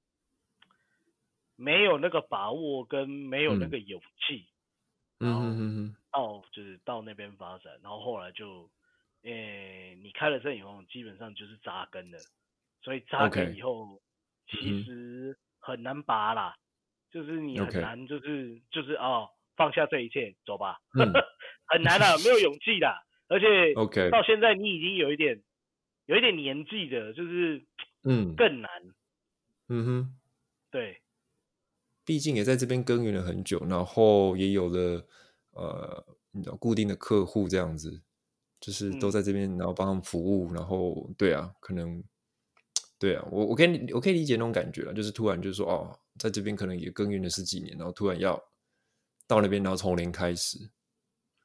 没有那个把握跟没有那嗯个勇气，然嗯哼后哼哼到就是到那边发展，然后后来就，诶，你开了证以后，基本上就是扎根了，所以扎根 ，OK， 以后，其嗯实很难拔啦，就是你哼很 ，OK， 难就是就是哦放下这一切走吧， 嗯很难啊，没有勇气的，而且 ，OK， 到现在你已经有一点有一点年纪的，就是嗯更难， 嗯哼。 对毕竟也在这边耕耘了很久，然后也有了呃，你知道固定的客户这样子，就是都嗯在这边，然后帮他们服务，然后对啊，可能对啊，我我可以我可以理解那种感觉了，就是突然就是说哦，在这边可能也耕耘了十几年，然后突然要到那边，然后从零开始，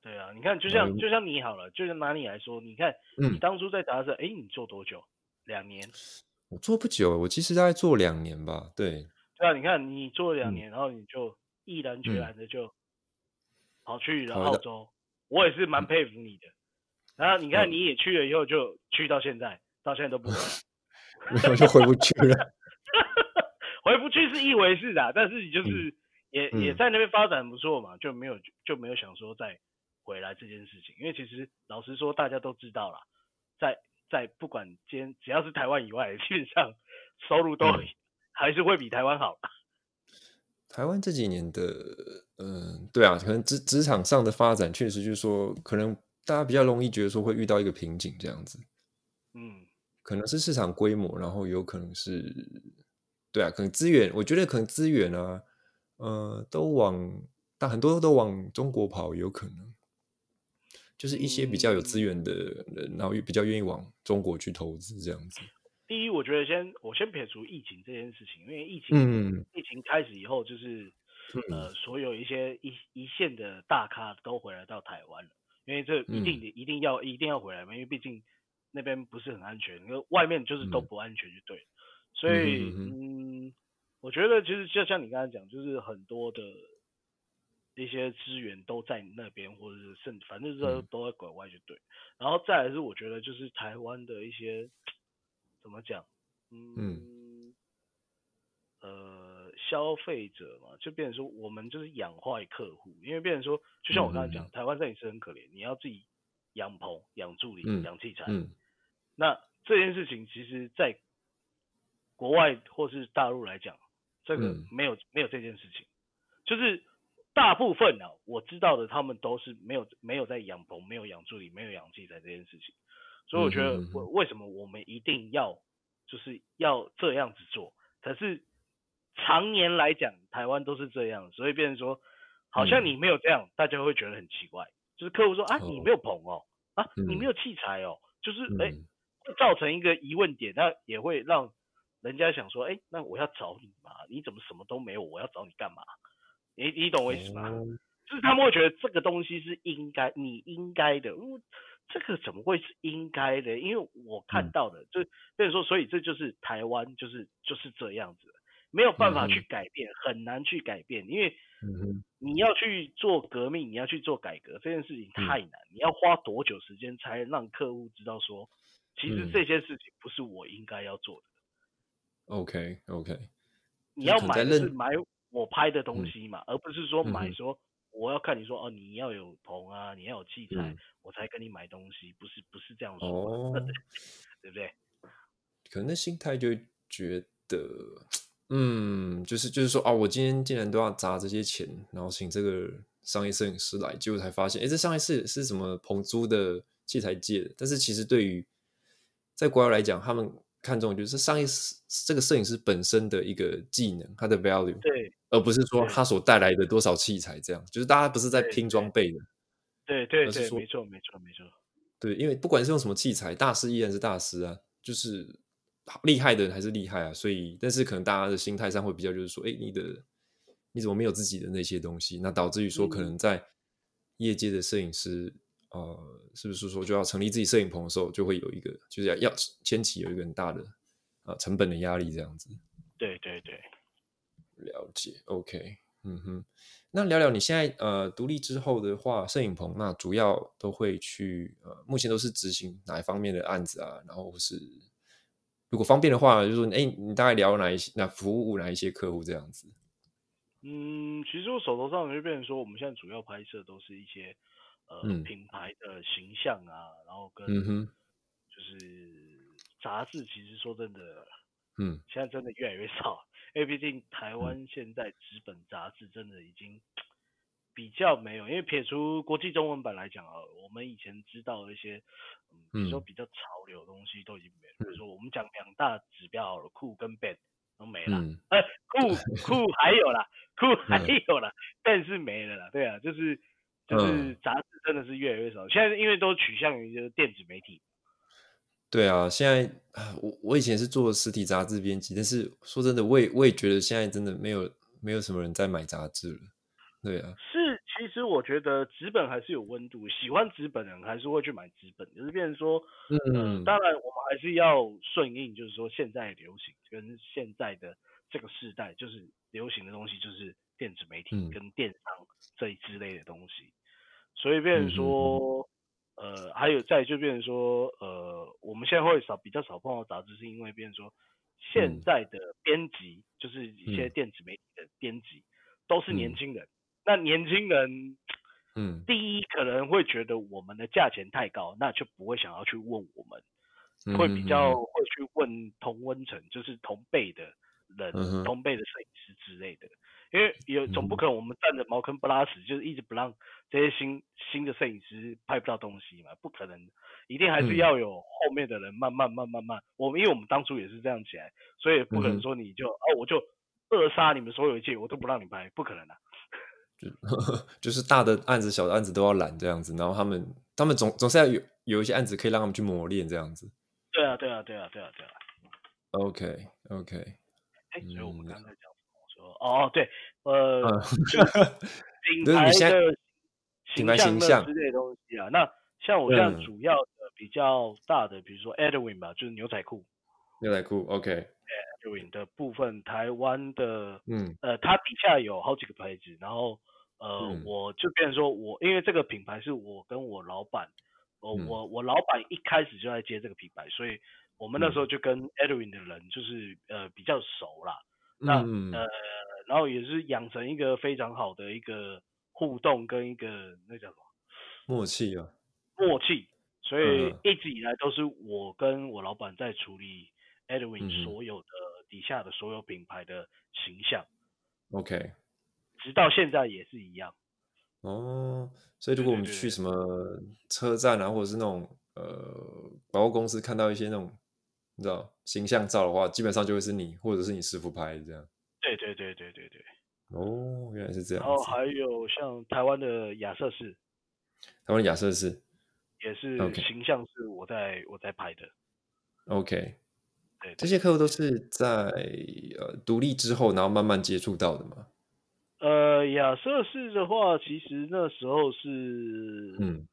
对啊，你看，就然后又像就像你好了，就像拿你来说，你看你嗯， 当初在杂志，哎，你做多久？两年， 我做不久，我其实大概做两年吧，对， 对啊，你看你做了两嗯年，然后你就毅然决嗯， 然的就跑去了跑回到澳洲，我也是蛮嗯佩服你的。然后你看呃， 你也去了以后就去到现在，到现在都不回来。 没有就回不去了， 回不去是一回事啊，但是你就嗯是也也嗯在那边发展不错嘛，就没有就没有想说再回来这件事情，因为其实老实说大家都知道啦，在在不管今天只要是台湾以外，基本上收入都嗯。 还是会比台湾好。 台湾这几年的，嗯，对啊，可能职职场上的发展，确实就是说，可能大家比较容易觉得说会遇到一个瓶颈这样子， 嗯可能是市场规模，然后有可能是，对啊，可能资源，我觉得可能资源啊，呃，都往，但很多都往中国跑，有可能就是一些比较有资嗯， 源的人，然后比较愿意往中国去投资这样子。 第一，我觉得先我先撇除疫情这件事情，因为疫情嗯疫情开始以后，就是嗯呃所有一些一一线的大咖都回来到台湾了，因为这一定嗯的一定要一定要回来嘛，因为毕竟那边不是很安全，因为外面就是都嗯不安全就对了，所嗯哼以哼哼， 嗯，我觉得其实就像你刚才讲，就是很多的一些资源都在那边，或者是甚反正都嗯都在国外就对。然后再来是我觉得就是台湾的一些怎么讲， 嗯嗯呃消费者嘛，就变成说我们就是养坏客户，因为变成说就像我刚才讲， 嗯哼哼， 台湾摄影师很可怜，你要自己养棚、养助理、 嗯养器材， 嗯那这件事情其实在国外或是大陆来讲，这个嗯没有没有这件事情。就是大部分啊，我知道的，他们都是没有没有在养棚、没有养助理、没有养器材这件事情。所以我嗯觉得，为哼哼哼， 为什么我们一定要就是要这样子做？可是常年来讲，台湾都是这样，所以变成说，好像嗯。 你没有这样，大家会觉得很奇怪。就是客户说啊，你哦， 没有棚哦，啊，你没嗯有器材哦，就是哎， 嗯， 会造成一个疑问点，那也会让人家想说，哎，那我要找你嘛？你怎么什么都没有？我要找你干嘛？你你懂我意思吗？ 哦， 就是他们会觉得这个东西是应该，你应该的。嗯，这个怎么会是应该的？因为我看嗯到的，就变成说，所以这就是台湾，就是就是这样子，没有办法去嗯哼， 改变，很难去改变，因为嗯哼， 你要去做革命，你要去做改革，这件事情嗯太难，你要花多久时间才让客户知道说，其实嗯这件事情不是我应该要做的。 ，OK OK，就是你要买可能在认的是买我拍的东嗯西嘛，而不是说嗯哼， 买说我要看你说哦，你要有棚啊，你要有器材， 嗯， 我才跟你买东西，不是不是这样说嘛， 哦， 对不对？ 可能那心态就会觉得，嗯，就是就是说，哦，我今天竟然都要砸这些钱，然后请这个商业摄影师来，结果才发现，哎，这商业是是什么棚租的器材借的？但是其实对于在国外来讲，他们看重的就是商业师这个摄影师本身的一个技能，他的 value， 对而不是说对他所带来的多少器材，这样就是大家不是在拼对对装备的， 对对对， 而是说没错没错没错， 对，因为不管是用什么器材，大师依然是大师啊，就是好厉害的人还是厉害啊。所以，但是可能大家的心态上会比较就是说，哎，你的你怎么没有自己的那些东西？那导致于说，可嗯能在业界的摄影师，呃，是不是说就要成立自己摄影棚的时候，就会有一个就是要要牵起有一个很大的呃成本的压力这样子。 对对对， 了解，OK，嗯哼。那聊聊你现在呃独立之后的话，摄影棚那主要都会去呃，目前都是执行哪一方面的案子啊？然后是如果方便的话，就是说，哎，你大概聊哪一些，那服务哪一些客户这样子？ 嗯，其实我手头上就变成说，我们现在主要拍摄都是一些呃嗯品牌的形象啊，然后跟嗯哼， 就是杂志，其实说真的， 嗯现在真的越来越少，因为毕竟台嗯湾现在纸本杂志真的已经比较没有，因为撇除国际中文版来讲啊，我们以前知道的一些，嗯，比如说嗯比较潮流的东西都已经没了，比如嗯说我们讲两大指标好了，酷跟 band 都没了， 嗯呃，酷酷还有啦，酷还嗯有啦，但是没了啦，对啊，就是就是嗯， 杂志真的是越来越少，现在因为都取向于就是电子媒体。 对啊，现在啊，我我以前是做实体杂志编辑，但是说真的，我也我也觉得现在真的没有没有什么人在买杂志了。对啊， 是，其实我觉得纸本还是有温度，喜欢纸本的人还是会去买纸本，就是变成说，呃， 嗯当然我们还是要顺应，就是说现在的流行跟现在的这个时代，就是流行的东西就是电子媒体嗯跟电商这一之类的东西，所以变成嗯嗯嗯说，呃，还有再就变成说，呃，我们现在会少比较少碰到杂志，是因为变成说现嗯在的编辑，就是一些嗯电子媒体的编辑都是年嗯轻人。那年轻人， 嗯第一可能会觉得我们的价钱太高，那就不会想要去问我们， 嗯会比较嗯嗯会去问同温层，就是同辈的人、 嗯哼同辈的摄影师之类的。因为有总不嗯哼可能我们站着茅坑不拉屎，就是一直不让这些新新的摄影师拍不到东西嘛，不可能，一定还是嗯要有后面的人慢慢慢慢慢。我们因为我们当初也是这样起来，所以不可能嗯哼， 说你就哦我就扼杀你们所有一切，我都不让你拍，不可能啊。 就就是大的案子、小的案子都要揽这样子，然后他们他们总总是要有有一些案子可以让他们去磨练这样子。 对啊，对啊，对啊，对啊，对啊。 OK OK， 哎，所以我们嗯刚才讲什么？我说哦，对，呃， 嗯， 就是品就是你现在牌的品牌形象形象， 那之类的东西啊。那像我现在嗯， 主要的比较大的，比如说 Edwin 吧，就是牛仔裤牛仔裤，OK， Edwin 的部分，台湾的嗯呃，它底下有好几个牌子，然后呃， 嗯我就变成说我因为这个品牌是我跟我老板，我嗯我我老板一开始就在接这个品牌，所以我们那时嗯候就跟 Edwin 的人就是呃比较熟啦。那嗯嗯， 呃，然后也是养成一个非常好的一个互动跟一个那叫什么默契啊， 默契，所以嗯一直以来都是我跟我老板在处理 Edwin 嗯嗯所有的底下的所有品牌的形象， ，OK， 直到现在也是一样。 哦，所以如对果我们对对对去什么车站啊，或者是那种呃百货公司看到一些那种你知道形象照的话，基本上就会是你或者是你师傅拍的这样。 对对对对对对。 哦，原来是这然样子。 后还有像台湾的亚瑟士， 台湾的亚瑟士也是 ，OK 形象是我在我在拍的。 OK， 对这些客户都对对对。 是在呃独立之后，然后慢慢接触到的嘛。 呃，亚瑟士的话，其实那时候是嗯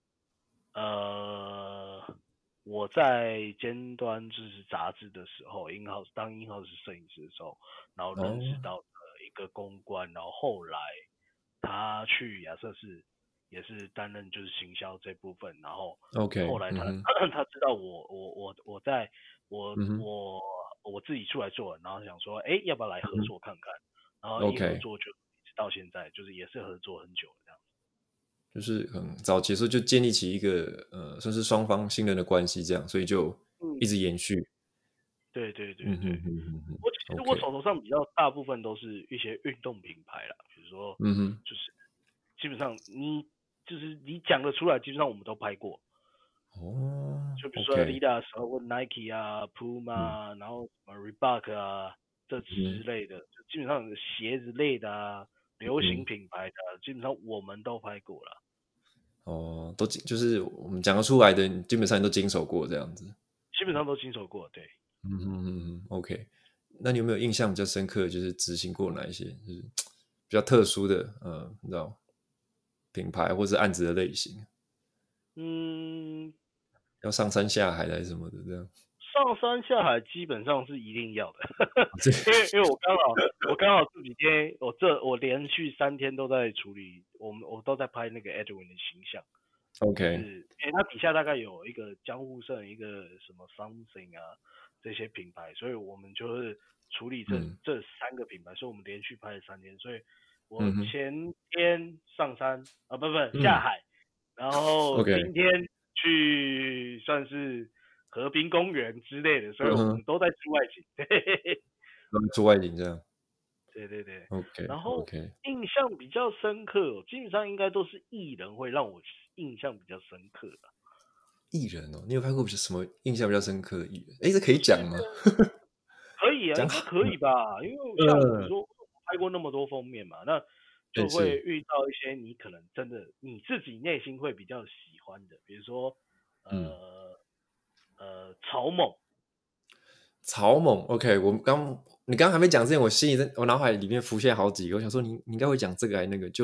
呃我在尖端就是杂志的时候，in house 当 in house 摄影师的时候，然后认识哦到的一个公关，然后后来他去亚瑟士也是担任就是行销这部分，然后后 ，OK， 来他嗯哼他知道我我我我在我嗯哼我我自己出来做，然后想说，哎，要不要来合嗯哼作看看？然后一合 ，OK， 作就一直到现在，就是也是合作很久了这样。 就是很早期的时候就建立起一个呃算是双方信任的关系，这样，所以就一嗯， 直延续。 对对对对。 嗯哼哼哼哼我其实我 ，OK， 手头上比较大部分都是一些运动品牌啦，比如说嗯哼， 就是基本上你就是你讲得出来，基本上我们都拍过。 哦就比如说 ，OK， Adidas 时候问 Nike 啊、 嗯 Puma，然后什么 Reebok 啊这之嗯类的，就基本上鞋子类的啊、流行嗯， 品牌的啊，基本上我们都拍过了， 哦，都经就是我们讲得出来的，基本上你都经手过这样子。 基本上都经手过。对。 嗯哼哼哼，OK。那你有没有印象比较深刻的，就是执行过哪一些，就是比较特殊的，呃，你知道品牌或是案子的类型， 嗯， 要上山下海的还是什么的这样？ 上山下海基本上是一定要的， 这因为因为我刚好我刚好这几天我这我连续三天都在处理，我们我都在拍那个 Edwin 的形象，就 OK， 是因为它底下大概有一个江户胜一个什么 something 啊这些品牌，所以我们就是处理这、 嗯这三个品牌，所以我们连续拍了三天，所以我嗯哼前天上山啊不不下嗯海，然后 ，OK， 今天去算是河滨公园之类的，所以嗯哼， 我们都在出外景。 然后做外景这样对对对。 ，OK 然后 OK。 印象比较深刻哦，基本上应该都是艺人会让我印象比较深刻的。 艺人哦，你有拍过比较什么印象比较深刻的艺人？哎，这可以讲吗？ 可以啊， 讲应该可以吧？因为像比如嗯， 说我拍过那么多封面嘛，那就会也是遇到一些你可能真的你自己内心会比较喜欢的，比如说嗯。 呃呃草蜢。 草蜢，OK，我刚你刚刚还没讲之前，我心里在我脑海里面浮现好几个，我想说你你应该会讲这个还那个，就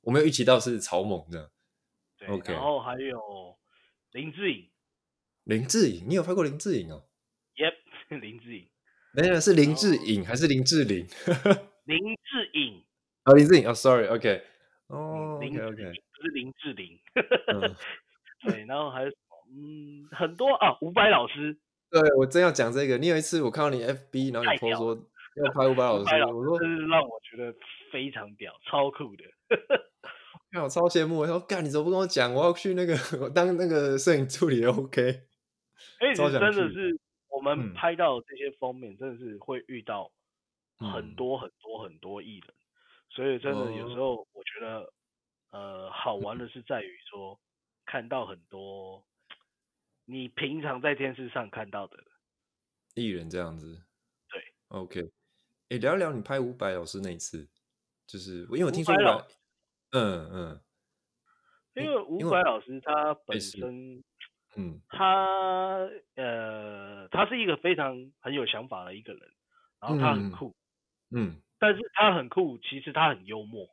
我没有预期到是草蜢这样。 对，然 OK， 后还有林志颖林志颖，你有拍过林志颖哦？ ，Yep，林志颖， 没有，是林然后志颖还是林志玲？ 林志颖， 啊，林志颖哦，sorry，OK， 嗯， 哦，OK 林志 OK， 颖不是林志玲， 嗯， 对，然后还有什么？嗯，很多啊，伍佰老师对我正要讲这个，你有一次我看到你 F B，然后你太 po 屌了， 说要拍伍佰伍佰老师，我说老师真是让我觉得非常屌，超酷的。 看我超羡慕，我说干你怎么不跟我讲？我要去那个我当那个摄影助理也 OK， 而且其实超想去。 真的是我们嗯拍到这些封面，真的是会遇到很嗯， 多很多很多艺人，所以真的有时哦， 候我觉得，呃，好玩的是在于说看到很多你平常在电视上看到的， 艺人这样子对， ，OK。诶，聊一聊你拍伍佰老师那一次，就是因为我伍听说伍佰， 佰老师， 嗯嗯， 因诶， 为伍佰因为老师他诶， 本是， 身嗯他呃他是一个非常很有想法的一个人，然后他很嗯酷， 嗯但是他很酷，其实他很幽默。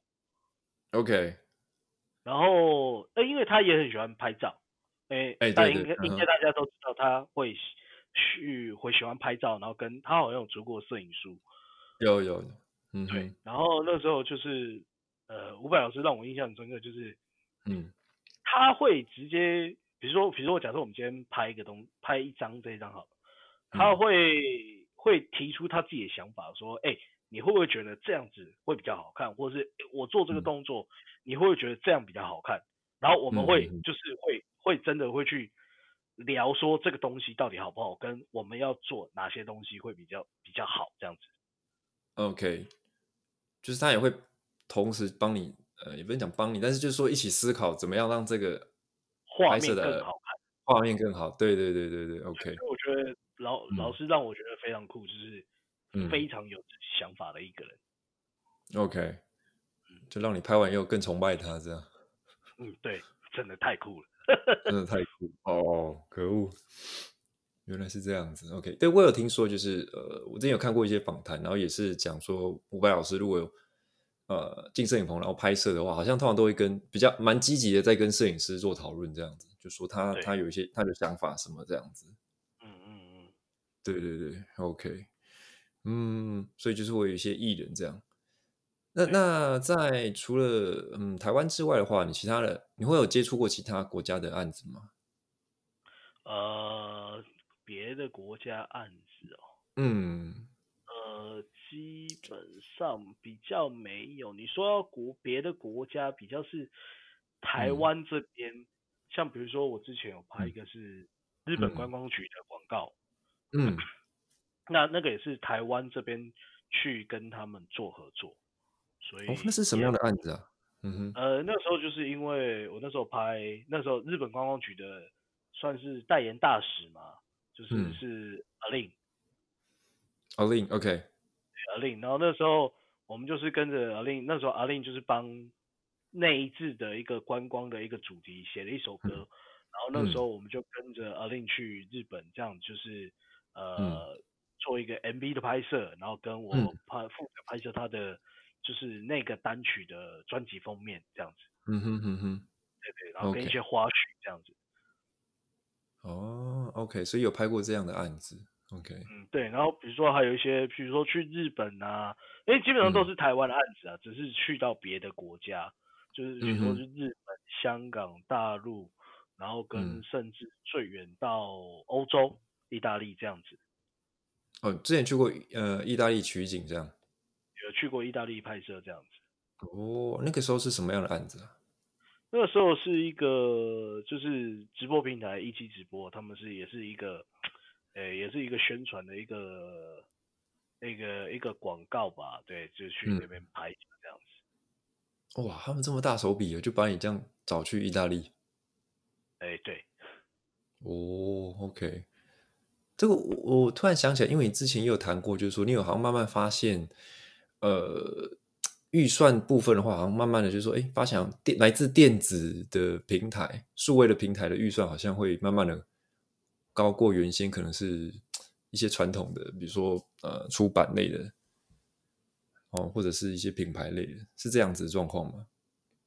，OK， 然后，呃，因为他也很喜欢拍照，诶， 哎，对对， 但应该应嗯哼， 该大家都知道他会喜去会喜欢拍照，然后跟他好像有出过摄影书， 有有有，嗯对。 哼， 然后那时候就是，呃，伍佰老师让我印象很深刻，就是嗯他会直接，比如说，比如说我假设我们今天拍一个东，拍一张这一张好了，他嗯会会提出他自己的想法，说，哎，你会不会觉得这样子会比较好看，或者是诶我做这个嗯动作，你会不会觉得这样比较好看？然后我们嗯嗯嗯会就是会会真的会去聊说这个东西到底好不好，跟我们要做哪些东西会比较比较好，这样子。 ，OK，就是他也会同时帮你，呃，也不能讲帮你，但是就是说一起思考怎么样让这个画拍摄的面更好看。 画面更好。对对对对对，OK， 所以我觉得老老嗯师让我觉得非常酷，就是嗯非常有自己想法的一个人。 ，OK，就让你拍完以后更崇拜他，这样嗯，对，真的太酷了。 真的太酷哦，可恶。原来是这样子，OK，对我有听说，就是呃，我之前有看过一些访谈，然后也是讲说，伍佰老师如果有呃进摄影棚然后拍摄的话，好像通常都会跟比较蛮积极的在跟摄影师做讨论，这样子，就说他对， 他有一些他的想法什么这样子， 嗯嗯嗯， 对对对，OK，嗯，所以就是会有一些艺人这样。那对。 那在除了嗯台湾之外的话，你其他的你会有接触过其他国家的案子吗？ 呃，别的国家案子哦， 嗯呃，基本上比较没有。你说要国别的国家，比较是台嗯湾这边，像比如说我之前有拍一嗯个是日本观嗯光局的广告， 嗯， 那那个也是台湾这边去跟他们做合作，所哦，那以也是什么样的案子啊？嗯哼。 呃那时候就是因为我那时候拍那时候日本观光局的算是代言大使嘛，就是嗯是阿令。 ，All in，OK， 阿令，然后那时候我们就是跟着阿令，那时候阿令就是帮那一次的一个观光的一个主题写了一首歌， 嗯然后那时嗯候我们就跟着阿令去日本，这样就是嗯呃做一个 M V 的拍摄，然后跟嗯我拍负责拍摄他的就是那个单曲的专辑封面这样子， 嗯哼哼哼对对，然后跟一 ，OK， 些花絮这样子。 哦，OK，所以有拍过这样的案子，OK， 嗯，对，然后比如说还有一些，比如说去日本啊，因为基本上都嗯是台湾的案子啊，只是去到别的国家，就是比如说是嗯哼日本、香港、大陆，然后跟嗯， 甚至最远到欧洲、意大利这样子， 哦，之前去过呃意大利取景这样， 有去过意大利拍摄这样子。 哦，那个时候是什么样的案子啊？ 那个时候是一个就是直播平台一期直播，他们是也是一个，呃，也是一个宣传的一个一个一个广告吧，对，就去嗯， 那边拍这样子。 哇，他们这么大手笔哦，就把你这样找去意大利， 哎，对， 哦，OK，这个我我突然想起来，因为你之前也有谈过，就是说你有好像慢慢发现，呃，预算部分的话，好像慢慢的就是说，哎，发现电来自电子的平台、数位的平台的预算好像会慢慢的高过原先可能是一些传统的，比如说呃出版类的哦，或者是一些品牌类的，是这样子的状况吗？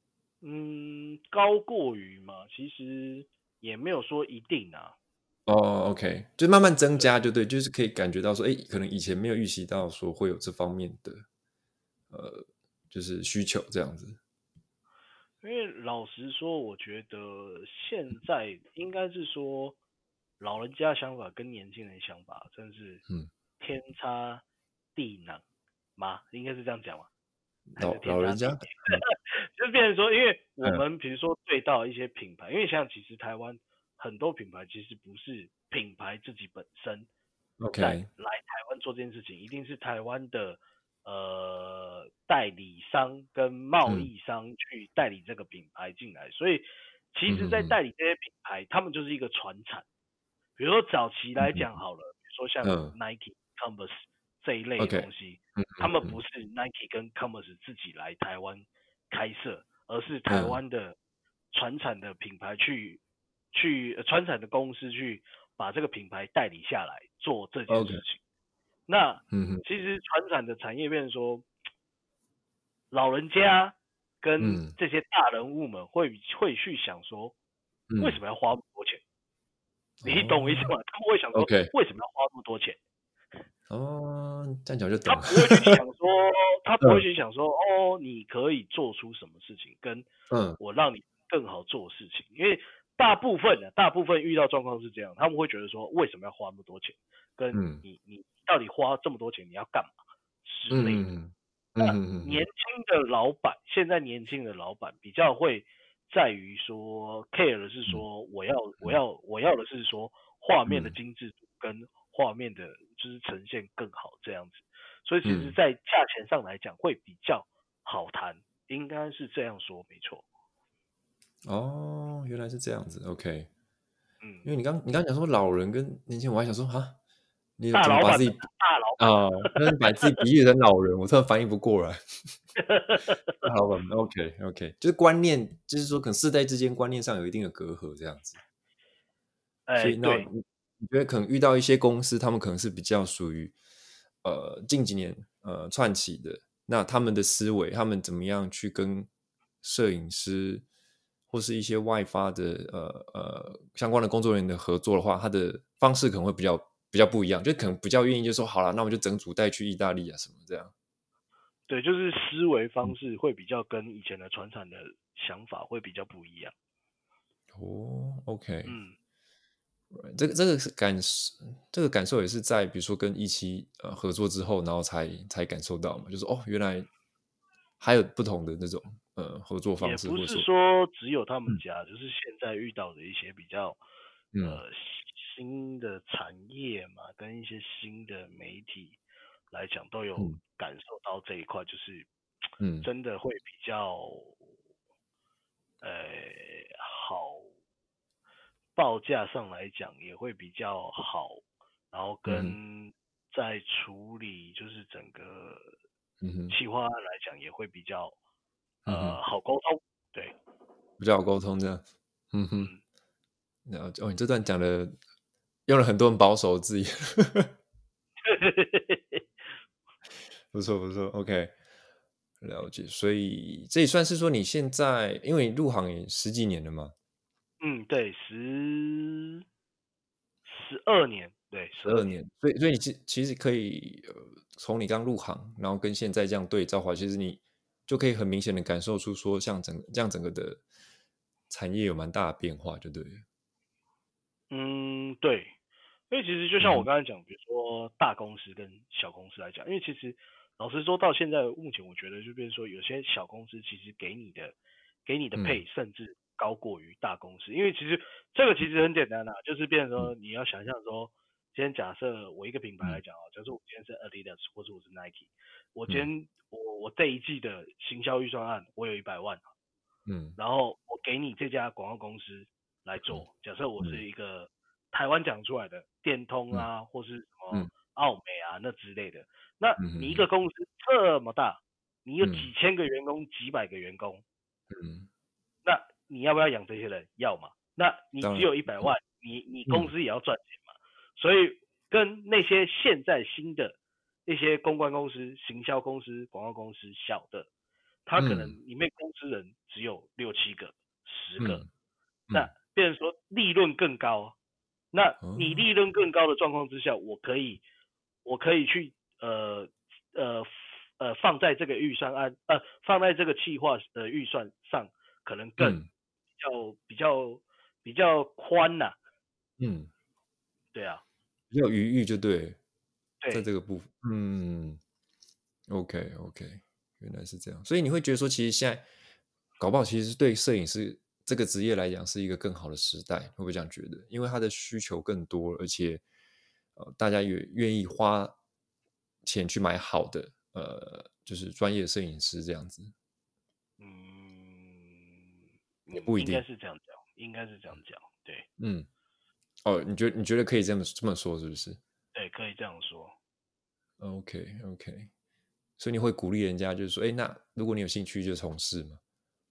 嗯，高过于嘛，其实也没有说一定啊。 哦，OK，就慢慢增对， 加就对，就是可以感觉到说，诶，可能以前没有预习到说会有这方面的，呃，就是需求这样子。 因为老实说，我觉得现在应该是说，老人家想法跟年轻人想法真是嗯， 天差地囊吗？应该是这样讲吗？还是老老人家， 天差地别？ 嗯就是变成说，因为我嗯们比如说对到一些品牌，因为像其实台湾很多品牌其实不是品牌自己本身在 ，OK， 来台湾做这件事情，一定是台湾的呃代理商跟贸嗯易商去代理这个品牌进来，所以其实，在嗯嗯代理这些品牌，他们就是一个传产。比如说早期来嗯讲好了，比如说像嗯 Nike、Converse 这一类的 ，OK， 东西， 嗯他们不嗯是 Nike 跟 Converse 自己来台湾开设，而是台嗯湾的传产的品牌去去呃传产的公司去把这个品牌代理下来做这件事 ，OK， 情。那嗯嗯其实传产的产业变成说，老人家跟嗯这些大人物们会会去想说，为什嗯， 么要花那么多钱？你懂我意思哦吗？他们会想说， ，OK， 为什么要花那么多钱？ 哦，这样讲就懂了。 他不会去想说，他不会嗯去想说，哦，你可以做出什么事情，跟嗯我让你更好做事情。因为大部分的大部分遇到状况是这样，他们会觉得说，为什么要花那么多钱？跟嗯你你到底花这么多钱你要干嘛之类的。 嗯嗯嗯嗯嗯年轻的老板，现在年轻的老板比较会在于说 care 的是嗯说，我要我要我要的是说画面的嗯精致度跟画面的就是呈现更好这样子，所以其实嗯， 在价钱上来讲会比较好谈，应该是这样说没错。 哦，原来是这样子，OK。 嗯， 因为你刚你刚讲说老人跟年轻人，我还想说哈，你大怎么把自己老板们啊，大老板啊， 啊。 那你把自己比喻成老人，我突然反应不过来。大老板们，OK OK，就是观念，就是说可能世代之间观念上有一定的隔阂这样子。所哎， 以那对， 你你觉得可能遇到一些公司，他们可能是比较属于呃近几年呃串起的，那他们的思维，他们怎么样去跟摄影师或是一些外发的呃呃相关的工作人员的合作的话，他的方式可能会比较比较不一样，就可能比较愿意就说好了，那我们就整组带去意大利啊什么这样。 对，就是思维嗯， 方式会比较跟以前的传产的想法会比较不一样。 哦，OK， 嗯。 这个这个是感受，这个感受也是在比如说跟一期呃合作之后，然后才才感受到嘛，就是哦，原来还有不同的那种呃合作方式， 也不是或者说， 说只有他们嗯家，就是现在遇到的一些比较嗯呃新的产业嘛，跟一些新的媒体来讲，都有嗯感受到这一块，就是嗯真的会比较呃好，报价上来讲也会比较好，然后嗯哼跟在处理就是整个嗯哼企划案来讲也会比较嗯哼， 呃好沟通，对。 比较好沟通这样，嗯哼， 嗯。 了解哦，你这段讲的用了很多很保守的字眼，不错不错，OK，了解，所以这也算是说你现在，因为你入行也十几年了嘛， 嗯，对，十十二年，对，十二年。 十二年，所以所以你其其实可以，呃，从你刚入行，然后跟现在这样对照的话，其实你就可以很明显的感受出说，像整这样整个的产业有蛮大的变化，就对了。 嗯，对，因为其实就像我嗯哼， 刚才讲，比如说大公司跟小公司来讲，因为其实老实说到现在目前，我觉得就变成说有些小公司其实给你的给你的嗯配甚至高过于大公司，因为其实这个其实很简单啊，就是变成嗯说你要想象说，今天假设我一个品牌来嗯讲啊，假设我今天是 Adidas 或者我是 Nike，我今嗯天我我这一季的行销预算案我有一百万， 嗯然后我给你这家广告公司来做，假设我嗯是一个台湾讲出来的电通嗯啊，或是什么嗯奥美啊那之类的，那你一个嗯公司这么大，你有嗯几千个员工、几百个员工， 嗯， 那你要不要养这些人？要嘛。那你只当然， 有一百万，你你公嗯司也要赚钱嘛。所以跟那些现在新的那些公关公司、行销公司、广告公司小的， 他可能嗯里面公司人只有六七个、十个， 嗯那嗯， 变成说利润更高。那你哦， 利润更高的状况之下，我可以我可以去呃呃呃放在这个预算案呃放在这个企划的预算上，可能更嗯比较比较比较宽呐、 嗯， 对啊， 比较有余裕就对了，在对， 这个部分，嗯，OK OK，原来是这样，所以你会觉得说，其实现在搞不好其实对摄影师这个职业来讲是一个更好的时代，会不会这样觉得？因为他的需求更多，而且呃，大家也愿意花钱去买好的呃，就是专业摄影师这样子， 嗯嗯，应该也不一定， 是这样讲，应该是这样讲，对嗯，哦，你觉得你觉得可以这么这么说，是不是对，可以这样说。 ？OK OK，所以你会鼓励人家，就是说，哎，那如果你有兴趣就从事嘛，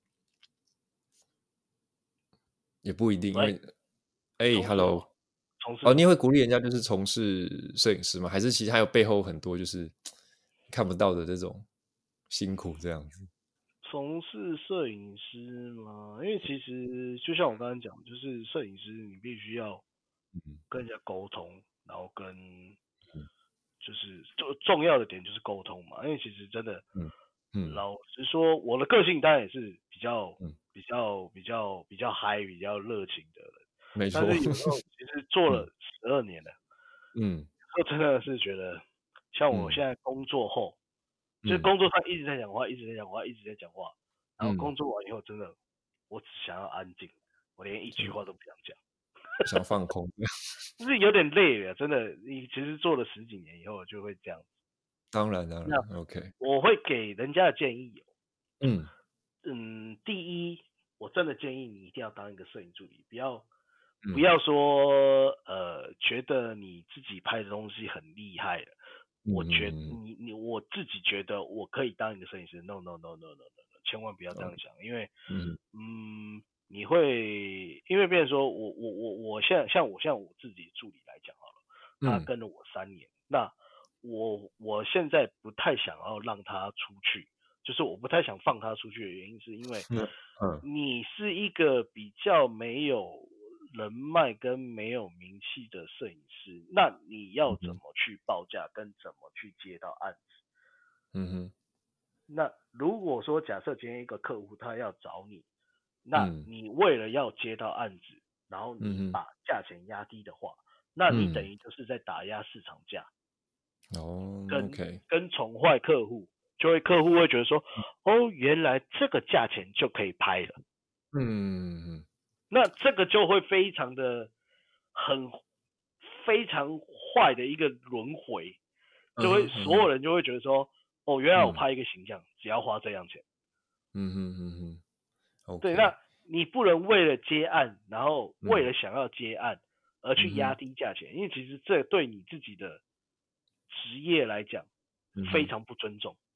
也不一定，因喂， 为，哎从事什么？ ，Hello，哦， 从事什么？ 你也会鼓励人家就是从事摄影师吗？还是其实还有背后很多就是看不到的这种辛苦这样子？ 从事摄影师吗？因为其实就像我刚刚讲，就是摄影师你必须要嗯跟人家沟通，然后跟嗯就是重重要的点就是沟通嘛。因为其实真的， 嗯嗯老实说，我的个性当然也是比较嗯， 比较比较比较嗨、比较热情的人， 没错， 但是有时候其实做了嗯十二年了， 嗯我真的是觉得，像我嗯现在工作后，就是嗯工作上一直在讲话，一直在讲话，一直在讲话，然后嗯， 工作完以后，真的我只想要安静，我连一句就话都不想讲， 想放空， 就是有点累了，真的。你其实做了十几年以后就会这样。 当然当那然，OK， 我会给人家的建议有， 嗯嗯，第一，我真的建议你一定要当一个摄影助理，不要不嗯要说呃觉得你自己拍的东西很厉害了， 嗯我觉嗯嗯你你我自己觉得我可以当一个摄影师，no no no no no no no，千万不要这样 ，OK， 想，因为嗯嗯你会因为变成说我我我我现在像我像我自己助理来讲好了，他嗯跟了我三年，那我我现在不太想要让他出去，就是我不太想放他出去的原因，是因为嗯嗯你是一个比较没有人脉跟没有名气的摄影师，那你要怎嗯么去报价，跟怎么去接到案子？ 嗯哼那如果说假设今天一个客户他要找你，那嗯你为了要接到案子，然后嗯哼你把价钱压低的话，那你等嗯， 于就是在打压市场价。 哦跟 ，OK， 跟宠坏客户，就会客户会觉得说，哦，原来这个价钱就可以拍了， 嗯嗯那这个就会非常的很非常坏的一个轮回， 嗯就会哼嗯哼所有人就会觉得说，哦，原来我嗯拍一个形象只要花这样钱， 嗯哼嗯哼对， ，OK， 那你不能为了接案，然后为嗯了想要接案而去压嗯哼低价钱，因为其实这对你自己的职业来讲嗯哼非常不尊重。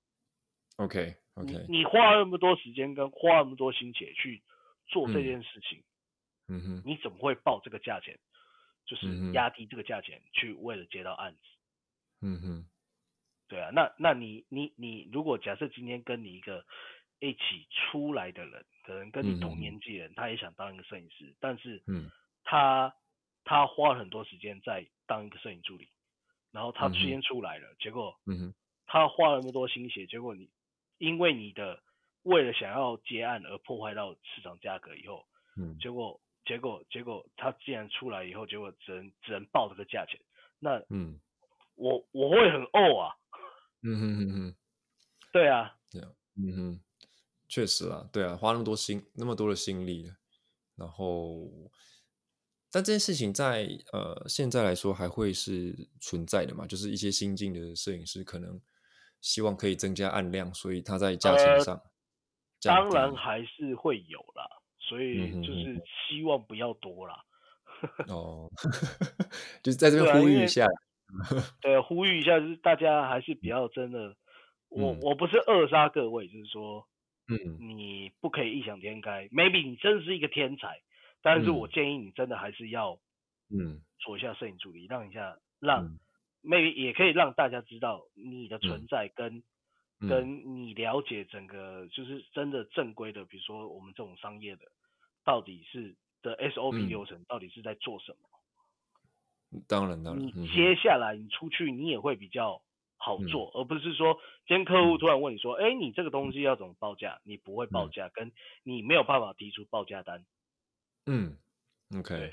，OK 你 OK， 你花那么多时间跟花那么多心血去做这嗯件事情， 嗯哼你怎么会报这个价钱？就是嗯哼压低这个价钱去为了接到案子， 嗯哼对啊，那那你你你如果假设今天跟你一个一起出来的人，可能跟你同嗯哼年纪人，他也想当一个摄影师，但是嗯他他花了很多时间在当一个摄影助理，然后他嗯哼先出来了，结果嗯哼他花了那么多心血，结果你因为你的为了想要接案而破坏到市场价格以后， 嗯结果结果结果他既然出来以后，结果只能只能报这个价钱，那嗯我我会很怄啊， 嗯哼嗯哼， 对啊， 这样，嗯哼，确实啦，对啊，花那么多心那么多的心力了，然后，但这件事情在呃现在来说还会是存在的嘛？就是一些新进的摄影师可能希望可以增加案量，所以他在价钱呃， 上降当然低。 还是会有啦，所嗯以就是哼哼， 希望不要多啦。 哦，就是在这边对啊，因为呼吁一下。 对呼吁一下，就是大家还是不要真的，我嗯我不是扼杀各位，就是说嗯你不可以异想天开，maybe 你真是一个天才，但是我嗯建议你真的还是要嗯做一下摄影助理，让一下让嗯 maybe 也可以让大家知道你的存嗯在跟嗯跟你了解整个就是真的正规的，比如说我们这种商业的，到底是的 S O P 嗯， 流程到底是在做什么。 当然当然， 你嗯哼， 接下来你出去你也会比较好嗯做，而不是说今天客户嗯突然问你说，哎，你这个东西要怎么报价，你不会报嗯价，跟你没有办法提出报价单。 嗯，OK， 对，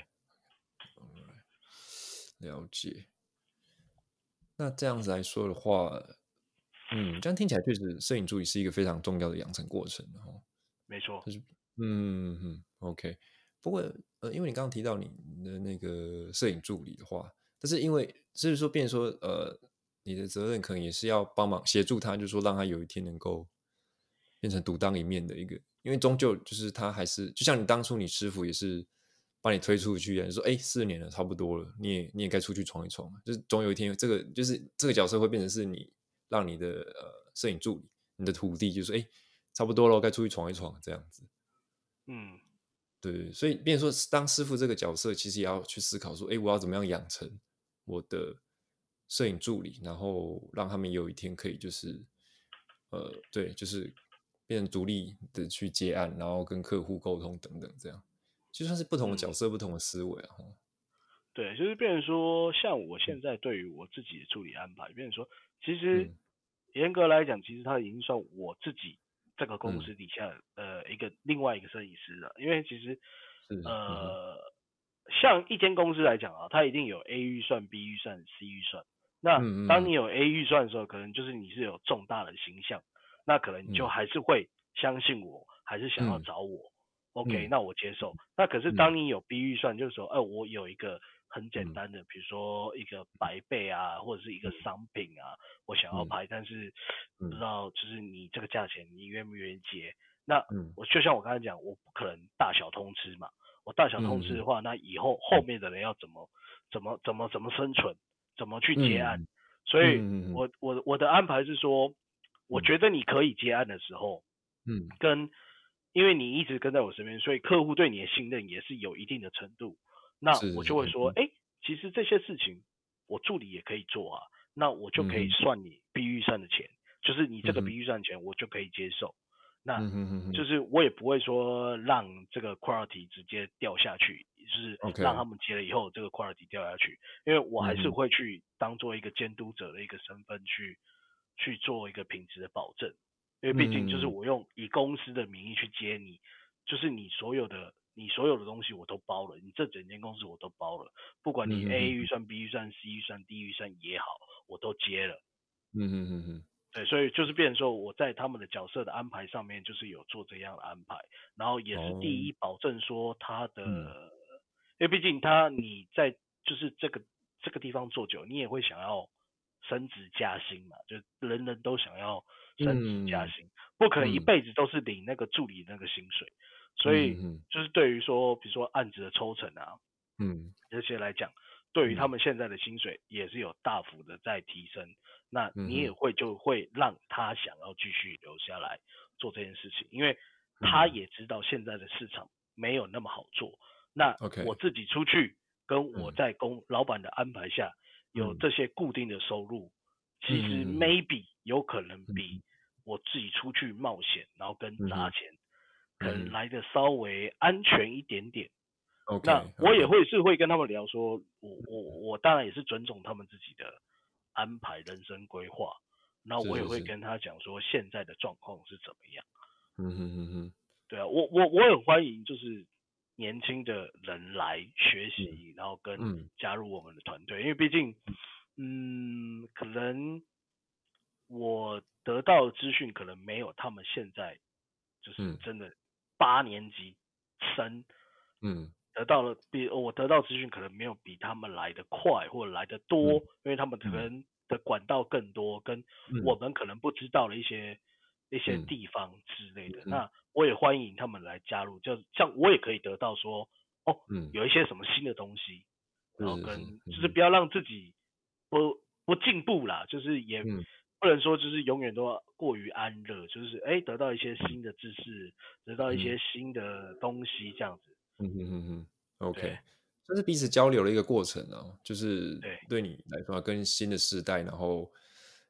了解。那这样子来说的话，嗯，这样听起来确实，摄影助理是一个非常重要的养成过程哦。 没错。 就是，嗯嗯，OK。不过，呃，因为你刚刚提到你的那个摄影助理的话，但是因为就是说，变成说，呃，你的责任可能也是要帮忙协助他，就是说让他有一天能够变成独当一面的一个，因为终究就是他还是就像你当初你师傅也是把你推出去啊，就说哎，四年了，差不多了，你也你也该出去闯一闯了，就是总有一天这个就是这个角色会变成是你让你的呃摄影助理，你的徒弟，就是哎，差不多了，该出去闯一闯这样子。 嗯对，所以变成说当师傅这个角色，其实也要去思考说，哎，我要怎么样养成我的摄影助理，然后让他们有一天可以就是，呃，对，就是变成独立的去接案，然后跟客户沟通等等，这样就算是不同的角嗯。 色、不同的思维啊。齁对，就是变成说，像我现在对于我自己的助理安排，变成说，其实嗯严格来讲，其实他已经算我自己这个公嗯， 司底下呃一个另外一个设计师了。因为其实是，嗯哼， 呃，像一间公司来讲啊，它一定有 A 预算、B 预算、C 预算。那当嗯嗯你有 A 预算的时候，可能就是你是有重大的形象，那可能你就嗯还是会相信我，还是想要嗯找我。OK， 嗯那我接受。那可是嗯当你有 B 预算，就是说，哎、我有一个很简嗯单的，比如说一个白背啊，或者是一个商品啊，我想要嗯拍，但是不知嗯道就是你这个价钱，你愿不愿意接？那嗯我就像我刚才讲，我不可能大小通吃嘛。我大小通吃的嗯话，那以后后面的人要怎么怎么怎么怎么生存，怎么去接案？ 嗯所以嗯嗯我我我的安排是说，我嗯觉得你可以接案的时候， 嗯， 跟因为你一直跟在我身边，所以客户对你的信任也是有一定的程度。那我是是是， 就会说， 嗯哎，其实这些事情我助理也可以做啊，那我就可以嗯哼算你 B 预算的钱，就是你这个 B 嗯哼预算钱我就可以接受。那嗯哼哼哼就是我也不会说让这个 quality 直接掉下去，就是让他 ，OK。 们接了以后这个 quality 掉下去，因为我还是嗯哼， 会去当做一个监督者的一个身份去去做一个品质的保证。因为毕竟就是嗯我用以公司的名义去接你，就是你所有的你所有的东西我都包了，你这整间公司我都包了，不管你嗯哼 A 预哼， 算、B 预算、C 预算、D 预算也好，我都接了。 嗯哼哼哼， 对，所以就是变成说我在他们的角色的安排上面，就是有做这样的安排，然后也是哦， 第一保证说他的， 嗯因为毕竟他你在就是这个这个地方做久，你也会想要升职加薪嘛，就人人都想要升职加嗯薪，不可能一嗯辈子都是领那个助理那个薪水，所以嗯哼就是对于说，比如说案子的抽成啊嗯这些来讲，对于他嗯们现在的薪水也是有大幅的在提升。那你也嗯哼会就会让他想要继续留下来做这件事情，因为他嗯也知道现在的市场没有那么好做。那我 ，OK， 自己出去跟我嗯在公老板的安排下有嗯这些固定的收入，其实嗯嗯 maybe 有可能比嗯我自己出去冒险然后跟嗯哼砸钱，可嗯哼能来的稍微安全一点点。那 ，OK 我也 OK， 会是会跟他们聊说，我我我当然也是尊重他们自己的安排人生规划，那我也是是是， 会跟他讲说现在的状况是怎么样。 嗯哼哼哼， 对啊，我我我很欢迎就是年轻的人来学嗯习，然后跟嗯加入我们的团队，因为毕竟，嗯，可能我得到的资讯可能没有他们现在就是嗯真的八年级生嗯得到了比我得到资讯可能没有比他们来的快或者来的多， 嗯因为他们可嗯能的管道更多，跟我嗯们可能不知道的一些一些嗯地方之类的。 嗯那我也欢迎他们来加入，就像我也可以得到说，哦， 嗯， 有一些什么新的东西，然后跟是是是，嗯哼就是不要让自己不不进步啦，就是也嗯不能说就是永远都过于安乐，就是哎得到一些新的知识，得到一嗯些新的东西这样子。 嗯哼哼哼对 ，OK，这是彼此交流的一个过程啊，就是对， 对你来说，跟新的世代，然后